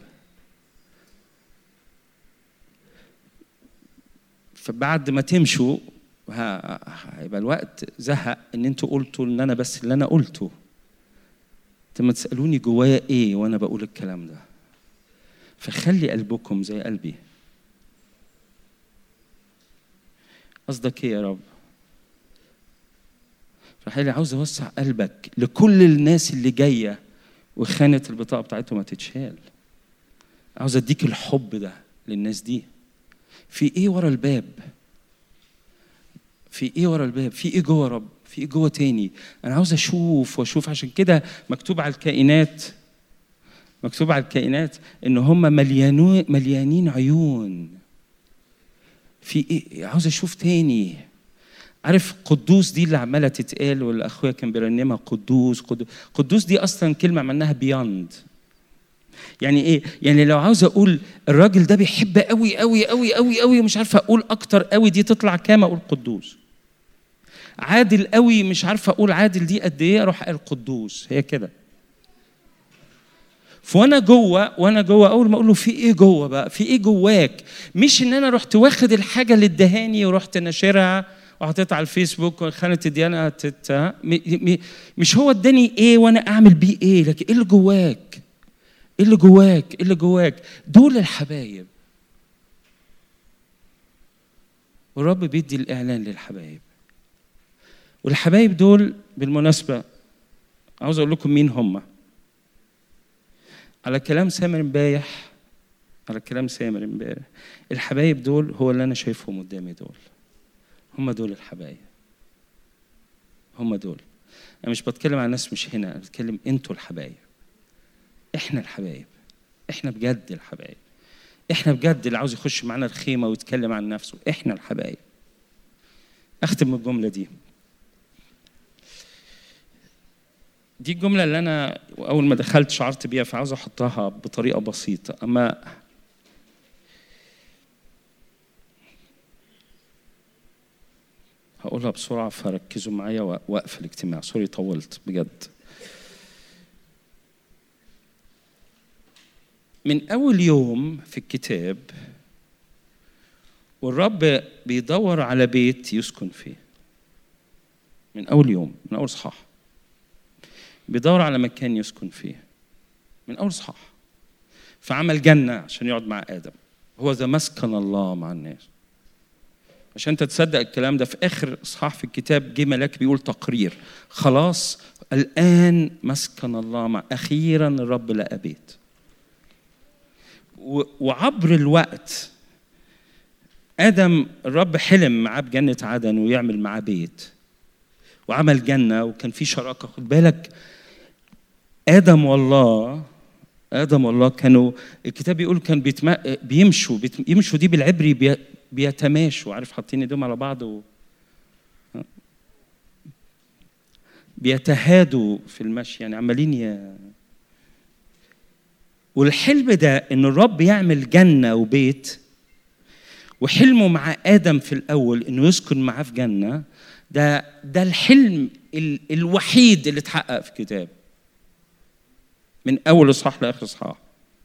فبعد ما تمشوا هيبقى الوقت زهق ان انتوا قلتوا ان انا بس اللي انا قلته. انتوا ما تسالوني جوايا ايه وانا بقول الكلام ده. فخلي قلبكم زي قلبي. قصدك ايه يا رب؟ فحالي عاوز اوسع قلبك لكل الناس اللي جايه وخانه البطاقه بتاعتهم ما تتشال. عاوز اديك الحب ده للناس دي. في ايه ورا الباب؟ في ايه ورا الباب؟ في ايه جوه رب؟ في ايه جوه تاني؟ انا عاوز اشوف واشوف. عشان كده مكتوب على الكائنات مكتوب على الكائنات ان هم مليانين مليانين عيون. في ايه؟ عاوز اشوف تاني. عارف قدوس دي اللي عماله تتقال، واللي اخويا كان بيرنمها قدوس قدوس قدوس، دي اصلا كلمه معناها بياند. يعني ايه؟ يعني لو عاوز اقول الراجل ده بيحب قوي قوي قوي قوي قوي ومش عارفه اقول اكتر قوي دي تطلع كام، اقول قدوس. عادل قوي مش عارفه اقول عادل دي قد ايه، اروح اقول قدوس. هي كده. فوانا جوه وانا جوه اول ما اقول له في ايه جوه بقى، في ايه جواك، مش ان انا رحت واخد الحاجه اللي ادهاني ورحت ناشرها وحطيتها على الفيسبوك وخانه الديانه تت... مش هو اداني ايه وانا اعمل بيه ايه، لكن ايه اللي جواك، ايه اللي جواك، ايه اللي جواك. دول الحبايب. والرب بيدي الاعلان للحبايب. والحبايب دول بالمناسبه عاوز اقول لكم مين هم. على كلام سامر امبارح على كلام سامر امبارح الحبايب دول هو اللي انا شايفهم قدامي. دول هم دول الحبايب. هم دول. انا مش بتكلم عن ناس مش هنا، انا بتكلم انتوا الحبايب. احنا الحبايب. احنا بجد الحبايب. احنا بجد اللي عاوز يخش معانا الخيمه ويتكلم عن نفسه، احنا الحبايب. اختم الجمله دي. دي الجمله اللي انا اول ما دخلت شعرت بيها، فعاوز احطها بطريقه بسيطه. اما هقولها بسرعه فركزوا معايا واقفل الاجتماع. سوري طولت بجد. من أول يوم في الكتاب والرب بيدور على بيت يسكن فيه. من أول يوم، من أول صحاح بيدور على مكان يسكن فيه. من أول صحاح فعمل جنة عشان يقعد مع آدم. هو ذا مسكن الله مع الناس. عشان أنت تصدق الكلام ده، في آخر صحاح في الكتاب جه ملاك بيقول تقرير، خلاص الآن مسكن الله مع، أخيرا الرب لقى بيت. وعبر الوقت آدم الرب حلم معاه بجنة عدن ويعمل معاه بيت، وعمل جنة وكان في شراكة. خد بالك آدم والله آدم والله كانوا، الكتاب بيقول كان بيتم... بيمشوا بيمشوا دي بالعبري بي... بيتماشوا، عارف حاطين ايدهم على بعض و... بيتهادوا في المشي، يعني عمالين ي... والحلم ده ان الرب يعمل جنة وبيت، وحلمه مع آدم في الأول انه يسكن معاه في جنة، ده ده الحلم ال... الوحيد اللي اتحقق في الكتاب من أول إصحاح لآخر إصحاح.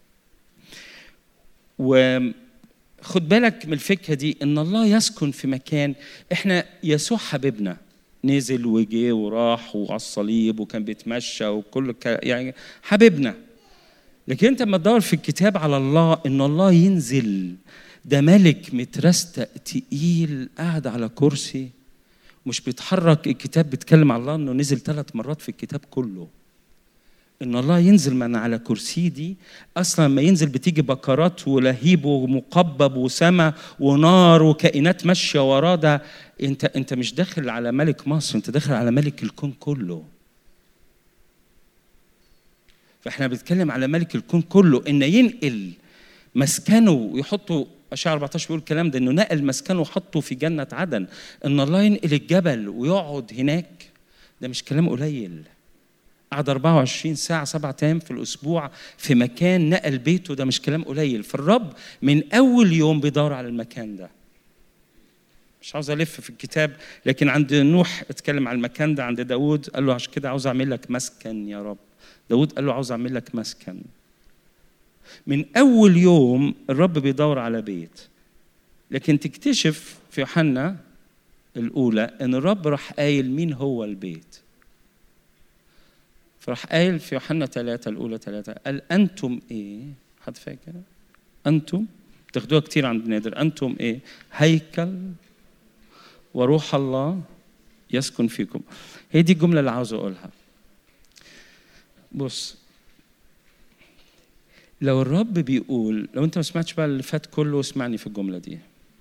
وخد بالك من الفكرة دي، إن الله يسكن في مكان. إحنا يسوع حبيبنا نزل وجي وراح وعلى الصليب وكان بيتمشى وكل ك... يعني حبيبنا. لكن أنت لما تدور في الكتاب على الله إن الله ينزل، ده ملك مترستق تقيل قاعد على كرسي مش بيتحرك. الكتاب بيتكلم على الله إنه نزل ثلاث مرات في الكتاب كله. إن الله ينزل من على كرسي دي، أصلاً ما ينزل بتيجي بكرات ولهيب ومقبب وسما ونار وكائنات ماشية وراه. ده أنت أنت مش داخل على ملك مصر، أنت داخل على ملك الكون كله. فإحنا بنتكلم على ملك الكون كله، إن ينقل مسكنه ويحطه. أشعة أربعتاشر بيقول الكلام ده، إنه نقل مسكنه وحطه في جنة عدن. إن الله ينقل الجبل ويقعد هناك، ده مش كلام قليل. قعد أربعة وعشرين ساعة سبعة أيام في الأسبوع في مكان نقل بيته، ده مش كلام قليل. فالرب من أول يوم بيدور على المكان ده. مش عاوز ألف في الكتاب، لكن عند نوح اتكلم على المكان ده. عند داود قال له عشان كده عاوز أعمل لك مسكن يا رب. داود قال له عاوز أعمل لك مسكن. من أول يوم الرب بيدور على بيت. لكن تكتشف في يوحنا الأولى أن الرب راح قايل مين هو البيت. فراح قايل في يوحنا ثلاثة الأولى ثلاثة، قال أنتم إيه؟ حد فاكر؟ أنتم تاخدوها كتير عند نادر. أنتم إيه؟ هيكل وروح الله يسكن فيكم. هي دي الجملة اللي عاوز أقولها. بص، لو الرب بيقول، لو أنت ما سمعتش بقى اللي فات كله اسمعني في الجملة دي.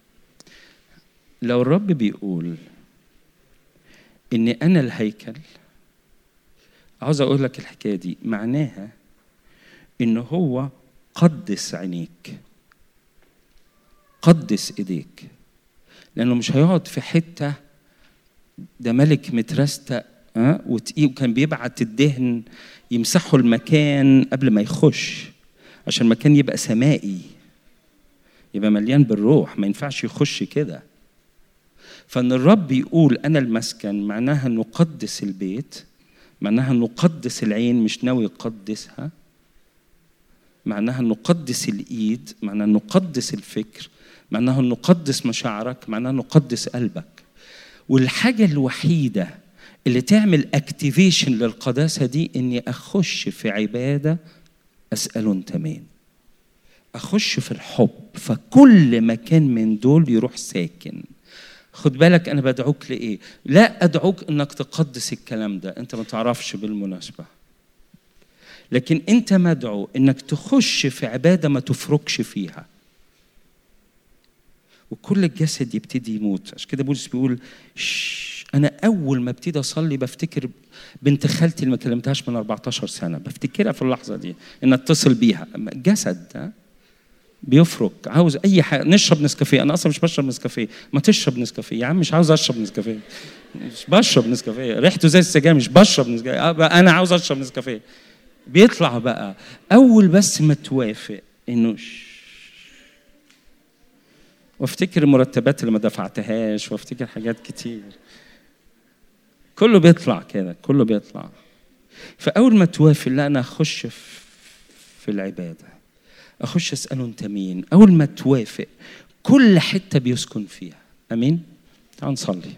لو الرب بيقول إني أنا الهيكل، عاوز أقول لك الحكاية دي معناها إنه هو قدس عينيك، قدس إيديك، لأنه مش هيقعد في حتة. ده ملك مترستق ها وتقيل، وكان بيبعت الدهن يمسحوا المكان قبل ما يخش عشان المكان يبقى سمائي، يبقى مليان بالروح. ما ينفعش يخش كده. فإن الرب يقول أنا المسكن، معناها إنه قدس البيت، معناها أنه قدس العين مش ناوي يقدسها، معناها أنه قدس الإيد، معناها أنه قدس الفكر، معناها أنه قدس مشاعرك، معناها أنه قدس قلبك. والحاجة الوحيدة اللي تعمل اكتيفيشن للقداسة دي إني أخش في عبادة أسأله أنت مين، أخش في الحب، فكل مكان من دول يروح ساكن. خد بالك أنا بدعوك لإيه؟ لا أدعوك إنك تقدس الكلام ده، أنت ما تعرفش بالمناسبة. لكن أنت مدعو إنك تخش في عبادة ما تفرقش فيها، وكل الجسد يبتدي يموت. عشان كده بولس بيقول أنا أول ما ابتدي أصلي بفتكر بنت خالتي اللي ما كلمتهاش من أربعتاشر سنة، بفتكرها في اللحظة دي إن أتصل بيها. جسد بيفرك، عاوز اي حاجه. نشرب نسكافيه، انا اصلا مش بشرب نسكافيه. ما تشرب نسكافيه يا عم، مش عاوز اشرب نسكافيه، مش بشرب نسكافيه، ريحته زي السجاير، مش بشرب نسكافيه، انا عاوز اشرب نسكافيه. بيطلع بقى اول بس ما توافق انه وافتكر المرتبات اللي ما دفعتهاش، وافتكر حاجات كتير، كله بيطلع كده، كله بيطلع. فاول ما توافق، لا انا اخش في العباده، اخش اساله انت مين. اول ما توافق كل حته بيسكن فيها. امين. تعالوا نصلي.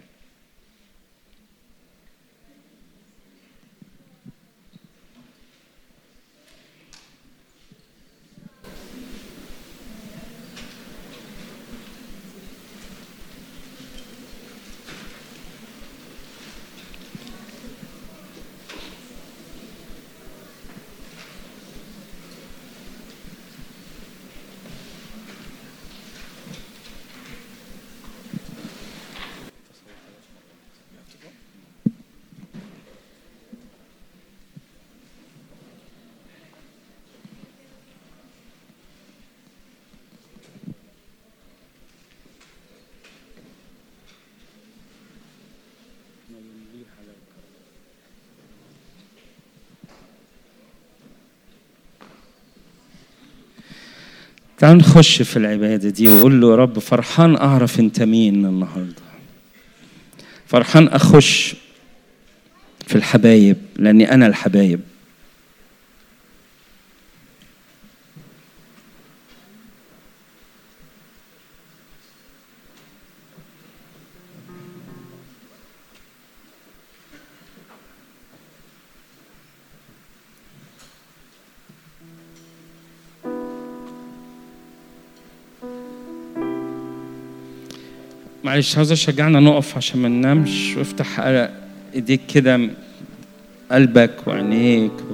تعال نخش في العبادة دي وقول له يا رب فرحان أعرف أنت مين النهاردة، فرحان أخش في الحبايب لأني أنا الحبايب. معلش عاوز اشجعنا نقف عشان ما ننامش، وافتح ايديك كده، قلبك وعينيك و...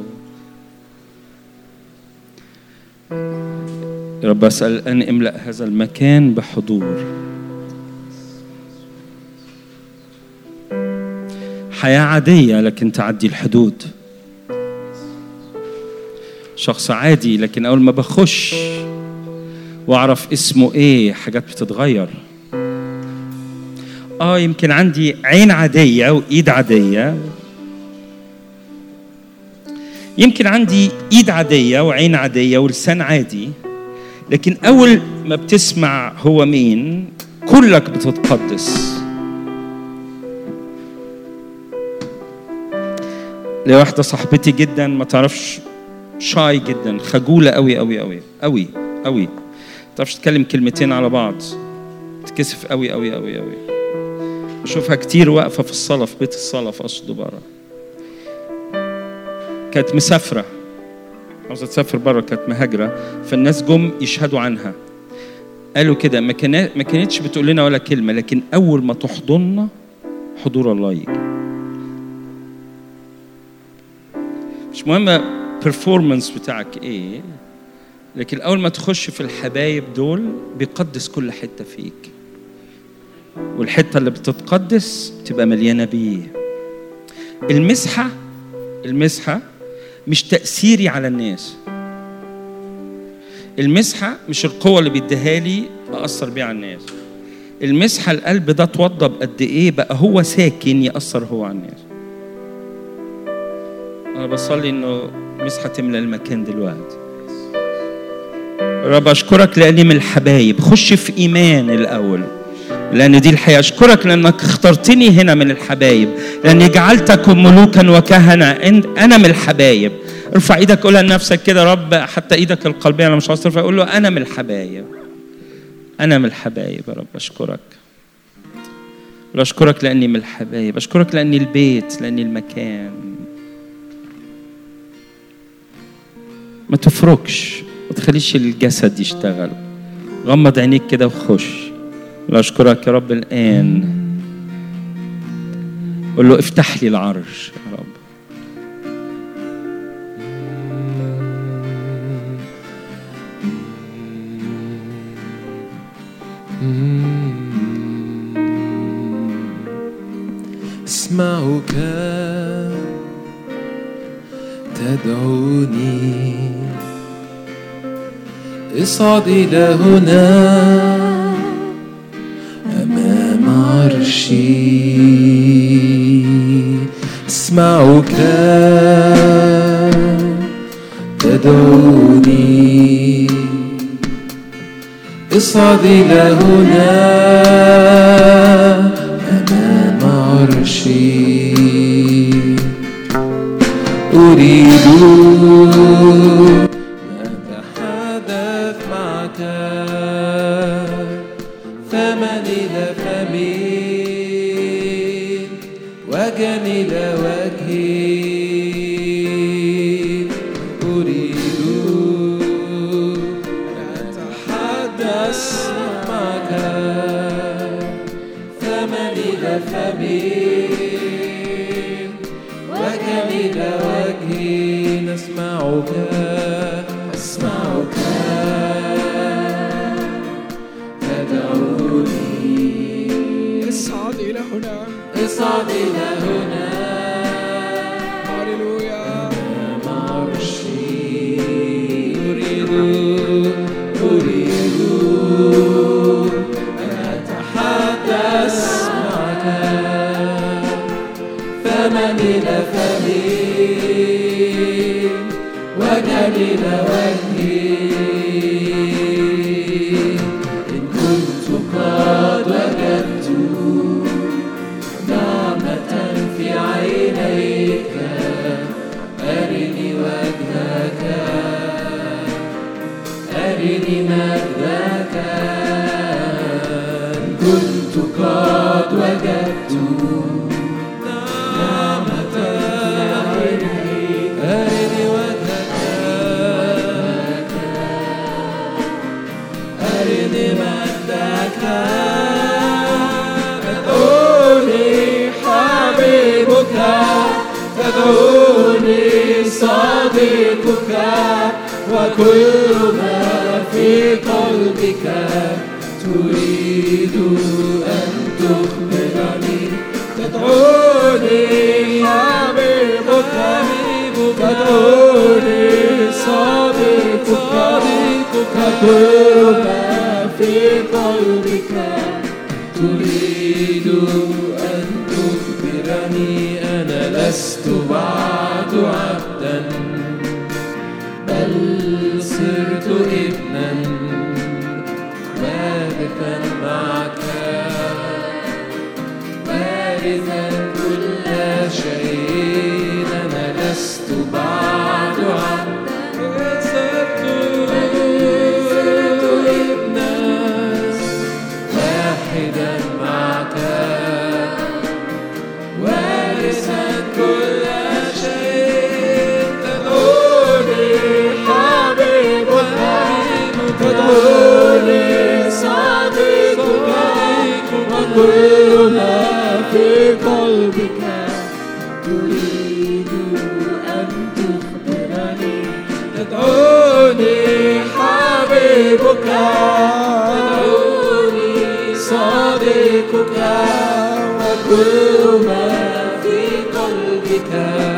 يا رب اسال ان املا هذا المكان بحضور، حياه عاديه لكن تعدي الحدود، شخص عادي لكن اول ما بخش واعرف اسمه ايه حاجات بتتغير. اه يمكن عندي عين عادية وإيد عادية، يمكن عندي إيد عادية وعين عادية ولسان عادي، لكن أول ما بتسمع هو مين كلك بتتقدس. لي واحدة صاحبتي جدا ما تعرفش، شاي جدا، خجولة قوي قوي قوي قوي قوي، ما تعرفش تتكلم كلمتين على بعض، تكسف قوي قوي قوي قوي. أشوفها كتير واقفة في الصلاة، في بيت الصلاة في قصر دبارة. كانت مسافرة، عاوزة تسافر برا، كانت مهاجرة، فالناس جم يشهدوا عنها. قالوا كده ما كانتش بتقول لنا ولا كلمة، لكن أول ما تحضننا حضور الله يجي. مش مهم performance بتاعك إيه، لكن أول ما تخش في الحبايب دول بيقدس كل حتة فيك، والحتة اللي بتتقدس تبقى مليانة بيه. المسحة المسحة مش تأثيري على الناس، المسحة مش القوة اللي بيديها لي أأثر بيها على الناس، المسحة القلب ده توضب قد إيه بقى هو ساكن يأثر هو على الناس. أنا بصلي إنه مسحة تملى المكان دلوقتي. رب أشكرك لأني من الحبايب. خش في إيمان الأول لأن دي الحياة. أشكرك لأنك اخترتني هنا من الحبايب، لأني جعلتكم ملوكا وكهنة. أنا من الحبايب. ارفع إيدك قولها لنفسك كده، رب حتى إيدك القلبية أنا مش عاوز ترفع، قول له أنا من الحبايب، أنا من الحبايب يا رب. أشكرك أشكرك لأني من الحبايب، أشكرك لأني البيت، لأني المكان. ما تفركش، ما تخليش الجسد يشتغل. غمض عينيك كده وخش. أشكرك يا رب الآن. قل له افتح لي العرش يا رب. اسمعك تدعوني، اصعد إلى هنا أمام عرشي أسمعك تدعوني اصعد إلى هنا أمام عرشي أريد أن أتحدث معك فمن إلى فمي وجها إلى وجهي أريد أن أتحدث معك فمن إلى فمي وجها إلى وجهي نسمعك أسمعك تدعوني اصعد إلى هنا اصعد إلى هنا هللويا أمام عرشي أريد أريد أن أتحدث معك فمن إلى فمي وجها إلى وجهي إن كنت قد وجدت نعمة في عينيك أرني وجهك أرني مجدك إن كنت قد وجدت نعمة في عينيك أرني وجهك أرني مجدك تدعوني حبيبك تدعوني صديقك وكل ما في قلبك تريد أن تخبرني تدعوني حبيبك تدعوني صديقك وكل ما في قلبك تريد أن تخبرني أنا لست بعد عبدا بل صرت ابنا وارثا معك وارثا كل شيء أنا لست بعد عبدا صرت ابنا واحدا معك وارثا كل شيء تدعوني حبيبك تدعوني صديقك وكل ما في قلبك تريد أن تخبرني تدعوني حبيبك تدعوني صديقك وكل ما في قلبك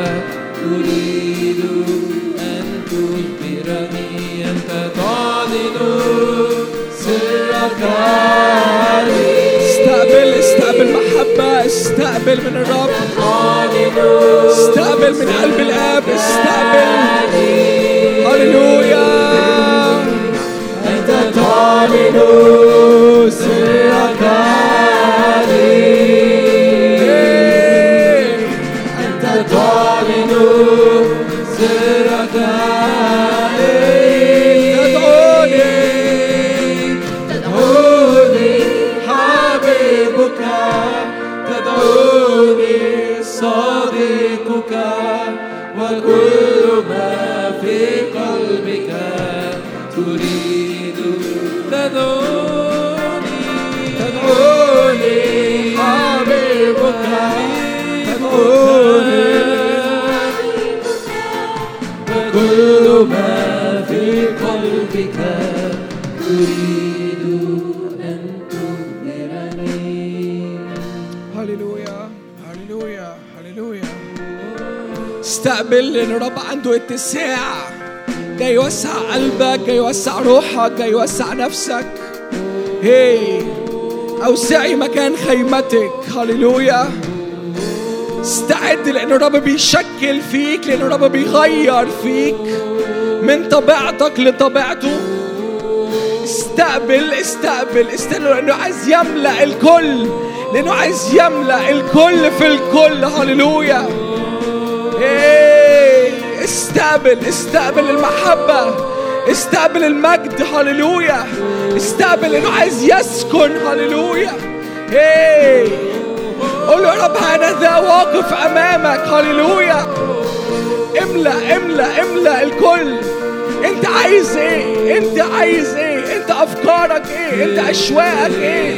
تريد أن تخبرني أنت تعلن سرك لي استقبل استقبل محبة استقبل من الرب استقبل من قلب الآب استقبل هللويا أنت تعلن سرك لي أنت تعلن سرك لي تدعوني تدعوني حبيبك تدعوني صديقك وكل ما في قلبك تريد تدعوني تدعوني حبيبك تدعوني وكل ما في قلبك تريد أن تخبرني هللويا هللويا هللويا استقبل لأن الرب عنده اتساع. ده جاي يوسع قلبك، جاي يوسع روحك، جاي يوسع نفسك. هي أوسعي مكان خيمتك. هللويا. استعد لأن الرب بيشكل فيك، لأن الرب بيغير فيك من طبيعتك لطبيعته. استقبل استقبل استقبل لأنه عايز يملأ الكل، لأنه عايز يملأ الكل في الكل. هللويا. استقبل استقبل المحبة، استقبل المجد. هللويا. استقبل لأنه عايز يسكن. هللويا. قول يا رب أنا ذا واقف أمامك. هللويا. املأ املأ املأ الكل. انت عايز ايه؟ انت عايز ايه؟ انت افكارك ايه؟ انت اشواقك ايه؟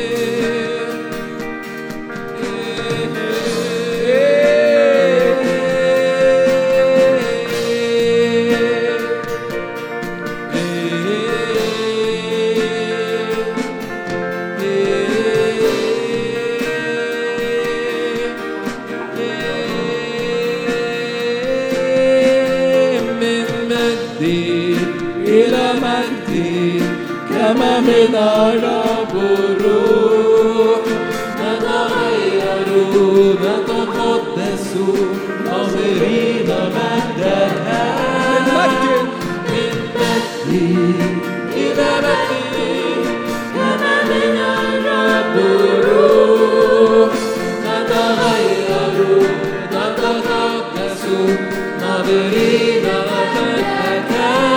كما من الرب الروح نتغير نتقدس ناظرين مجدك من مجد إلى مجد كما من الرب الروح نتغير نتقدس ناظرين مجدك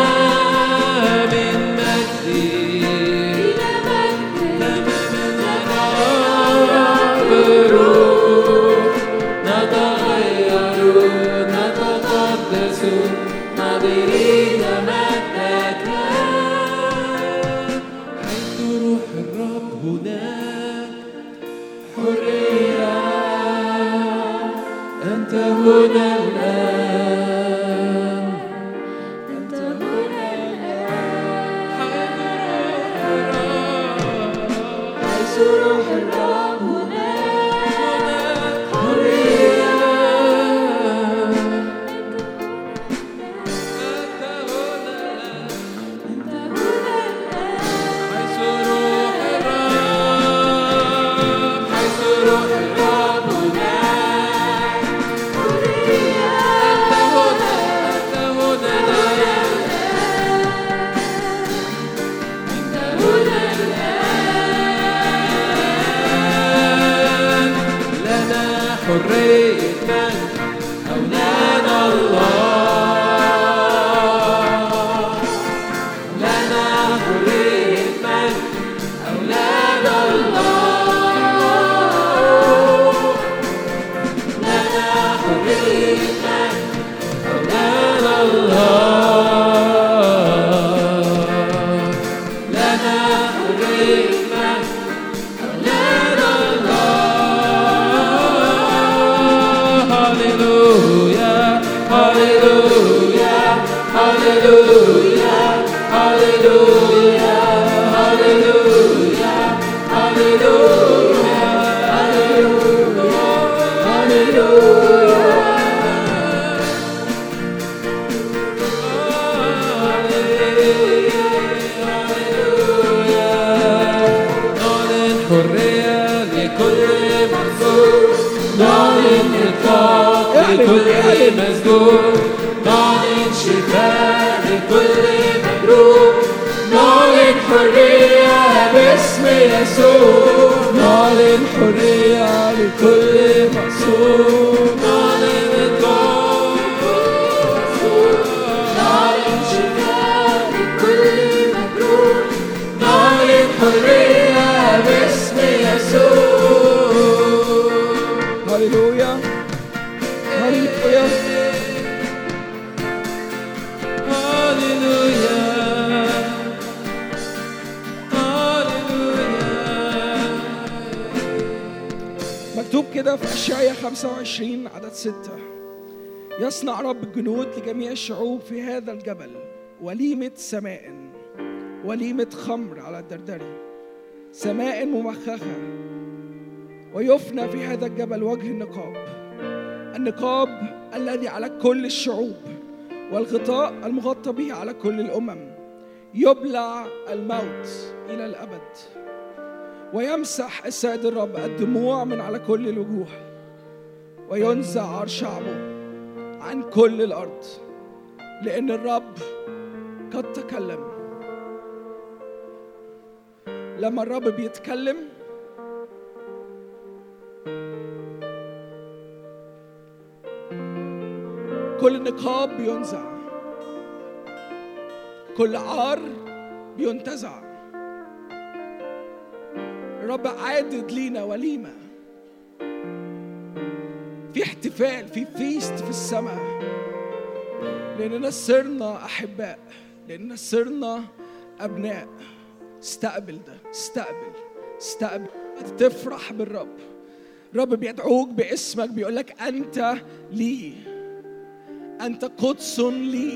هنا الآن أنت هنا الآن حيث روح الرب هناك حرية أنت هنا الآن أنت هنا الآن حيث روح الرب حيث روح الرب حرية مجد أولاد الله لنا حرية مجد أولاد الله لنا حرية مجد أولاد الله لنا حرية مجد أولاد Hallelujah, hallelujah, hallelujah, hallelujah, hallelujah, hallelujah, hallelujah. نعلن حرية لكل محصور، نعلن إطلاق لكل مسجون، نعلن شفاء لكل مجروح، نعلن حرية باسم يسوع، نعلن حرية لكل مقصور، نعلن إطلاق، نعلن شفاء لكل مجروح، نعلن حرية باسم يسوع. هللويا هللويا هللويا هللويا. مكتوب كده في أشعياء خمسة وعشرين عدد ستة: يصنع رب الجنود لجميع الشعوب في هذا الجبل وليمة سماء، وليمة خمر على الدردري، سماء ممخخة، ويفنى في هذا الجبل وجه النقاب، النقاب الذي على كل الشعوب والغطاء المغطى به على كل الأمم. يبلع الموت إلى الأبد، ويمسح السيد الرب الدموع من على كل الوجوه، وينزع عار شعبه عن كل الأرض، لأن الرب قد تكلم. لما الرب بيتكلم كل نقاب بينزع، كل عار بينتزع. الرب عادد لينا وليمة، في احتفال، في فيست في السماء، لأننا صرنا أحباء، لأننا صرنا أبناء. استقبل ده، استقبل استقبل تفرح بالرب. الرب بيدعوك باسمك، بيقولك أنت لي، أنت قدس لي.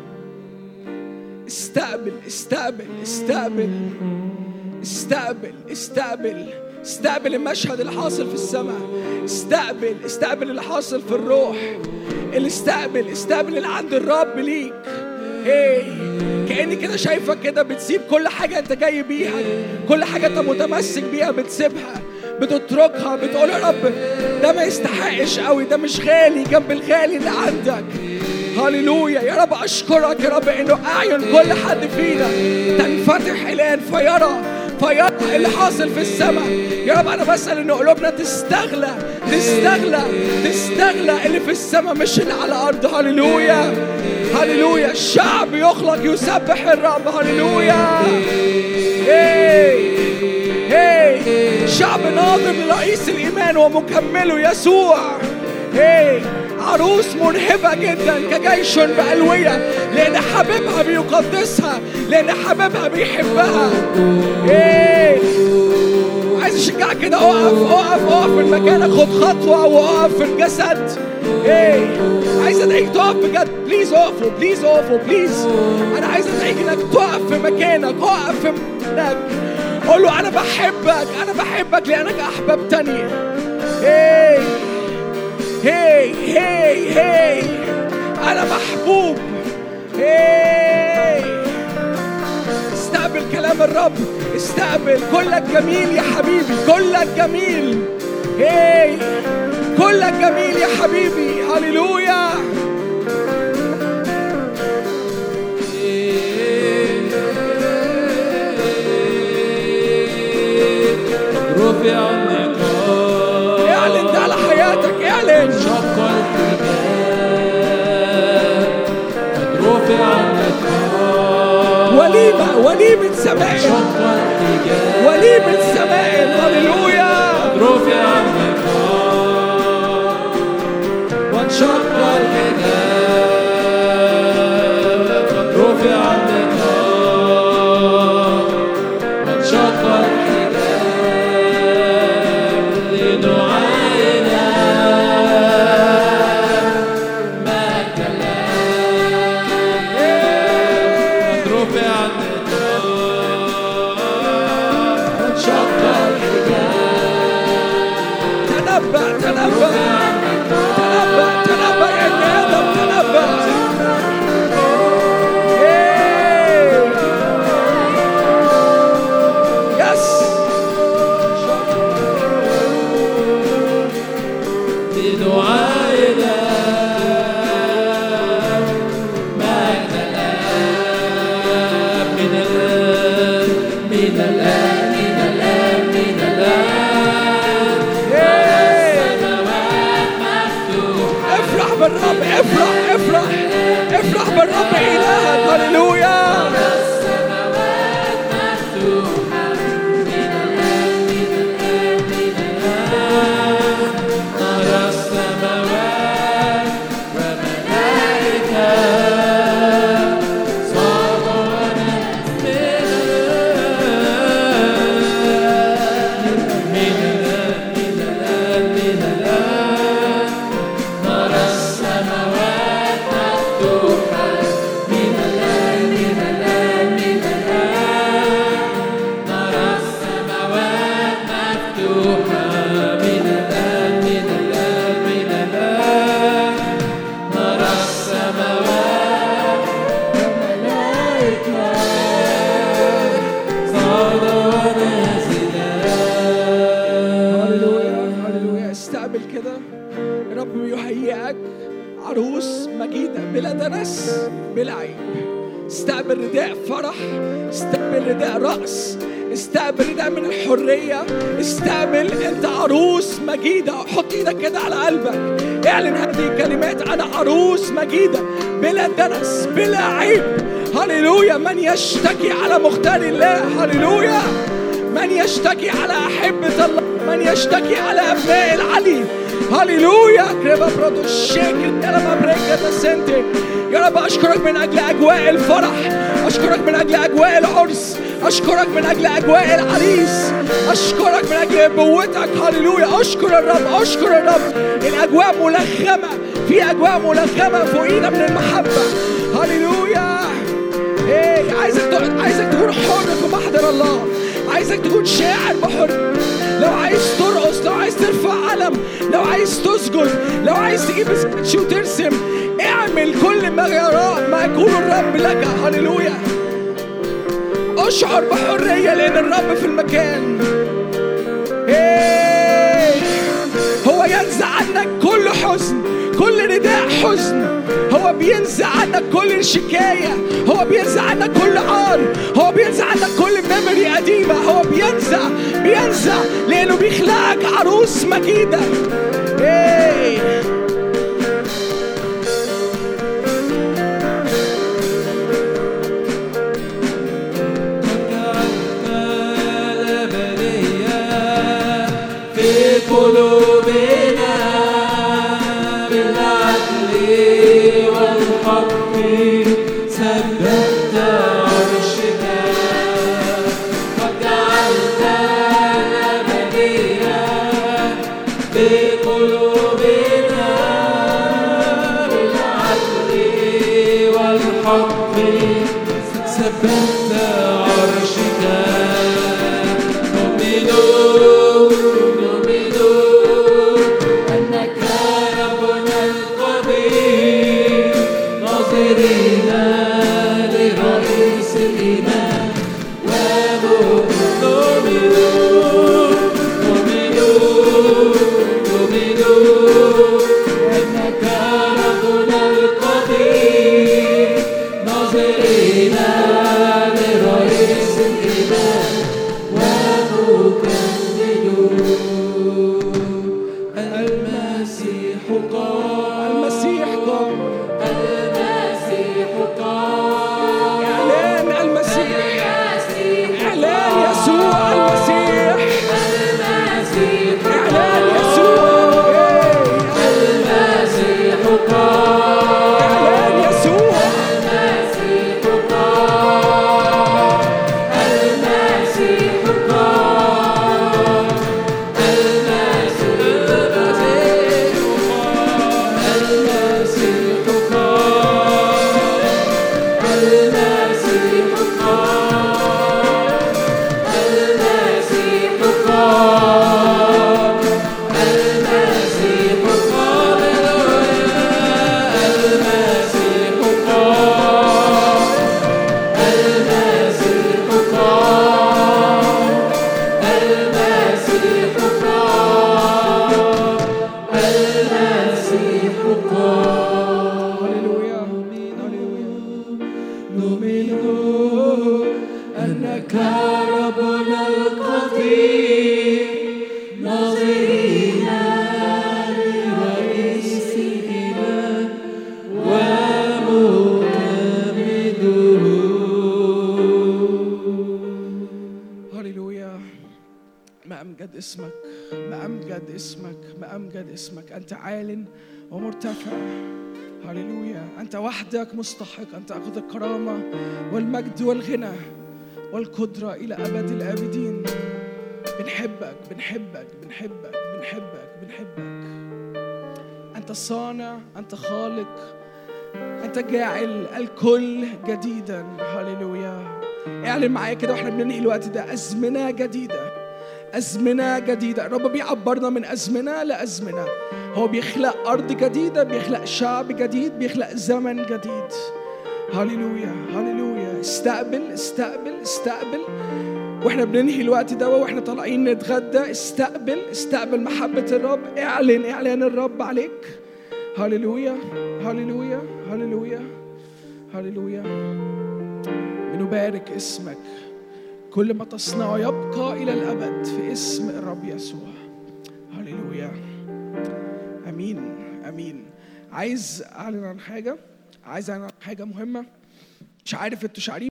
استقبل استقبل استقبل استقبل استقبل استقبل المشهد اللي حاصل في السماء. استقبل استقبل اللي حاصل في الروح. اللي استقبل استقبل اللي عند الرب ليك. ايه كأني كده شايفك كده بتسيب كل حاجة انت جاي بيها، كل حاجة انت متمسك بيها بتسيبها، بتتركها، بتقول يا رب ده ما يستحقش قوي، ده مش غالي جنب الغالي اللي عندك. هاليلويا يا رب. أشكرك يا رب إنه أعين كل حد فينا تنفتح الآن فيرى فيرى اللي حاصل في السماء. يا رب أنا بسأل إن قلوبنا تستغلى تستغلى تستغلى اللي في السماء مش اللي على الأرض. هاليلويا هاليلويا. الشعب يخلق يسبح الرب. هاليلويا. هي هي شعب ناظر لرئيس الإيمان ومكمله يسوع. هي عروس مرهبة جدا كجيش بألوية، لأن حبيبها بيقدسها، لأن حبيبها بيحبها. إيه عايز أشجعك كده، أقف أقف أقف من مكانك، خد خطوة وأقف في الجسد. إيه عايز أدعيك تقف بجد. بليز أقفوا بليز أقفوا بليز. أنا عايز أدعيك إنك تقف في مكانك، أقف في مكانك. قول له أنا بحبك، أنا بحبك لأنك أحببتني. إيه هي هي هي أنا محبوب. هي استقبل كلام الرب، استقبل. كلك جميل يا حبيبي، كلك جميل. هي كلك جميل يا حبيبي. هاليلويا. رفع النقاب، اعلن ده على حياتك، اعلن. شق الحجاب، رفع النقاب، وليمة وليمة سماء، شق الحجاب، وليمة سماء. هاليلويا. رفع النقاب وانشق الحجاب، رفع النقاب وانشق الحجاب لنعاين مجد الله. رفع النقاب وانشق الحجاب. تنبأ تنبأ تنبأ تنبأ يا استقبل كده. رب يهيئك عروس مجيدة بلا دنس بلا عيب. استقبل رداء فرح، استقبل رداء رأس، استقبل رداء من الحرية، استقبل انت عروس مجيدة. حط ايدك كده على قلبك، اعلن هذه الكلمات: انا عروس مجيدة بلا دنس بلا عيب. هللويا. من يشتكي على مختار الله، هللويا، من يشتكي على أحبة الله، من يشتكي على أبناء العلي، هللويا. كريبا برادو الشيك الكلمة بريكة السنتي. يا رب أشكرك من أجل أجواء الفرح، أشكرك من أجل أجواء العرس، أشكرك من أجل أجواء العريس، أشكرك من أجل أبوتك، هللويا. أشكر الرب، أشكر الرب. الأجواء ملخمة، في أجواء ملخمة فوقينا من المحبة، هللويا. إيه، عايزك عايزك تكون حر في محضر الله، عايزك تكون شاعر بحر. لو عايز ترقص، لو عايز ترفع علم، لو عايز تسجد، لو عايز تجيب سكتش وترسم، اعمل كل ما يراه ما يكون الرب لك، هللويا. اشعر بحرية لأن الرب في المكان. إيه، هو ينزع عنك كل حزن، كل رداء حزن. هو بينزع عنك كل شكاية، هو بينزع عنك كل عار، هو بينزع عنك كل ميموري قديمة. هو بينزع بينزع لأنه بيخلقك عروس مجيدة. إيه، قلوبنا بالعدل والحق ثبت عرشك، وجعلتنا مجيئا بقلوبنا بالعدل والحق ثبت عرشك. اسمك، ما أمجد اسمك، ما أمجد اسمك. أنت عال ومرتفع، هللويا. أنت وحدك مستحق أن تأخذ الكرامة والمجد والغنى والقدرة إلى أبد الآبدين. بنحبك بنحبك بنحبك بنحبك بنحبك. أنت صانع، أنت خالق، أنت جاعل الكل جديدا، هللويا. اعلن معايا كده واحنا بننهي الوقت ده: أزمنة جديدة، أزمنة جديدة. الرب بيعبرنا من أزمنة لأزمنة. هو بيخلق أرض جديدة، بيخلق شعب جديد، بيخلق زمن جديد. هللويا هللويا. استقبل استقبل استقبل. واحنا بننهي الوقت ده واحنا طالعين نتغدى، استقبل استقبل محبة الرب. اعلن اعلان الرب عليك. هاليلويا هاليلويا هاليلويا هاليلويا. بنبارك اسمك، كل ما تصنعه يبقى إلى الأبد في اسم الرب يسوع. هاليلويا أمين أمين. عايز أعلن عن حاجة، عايز أعلن عن حاجة مهمة. مش عارف انتوا شعرين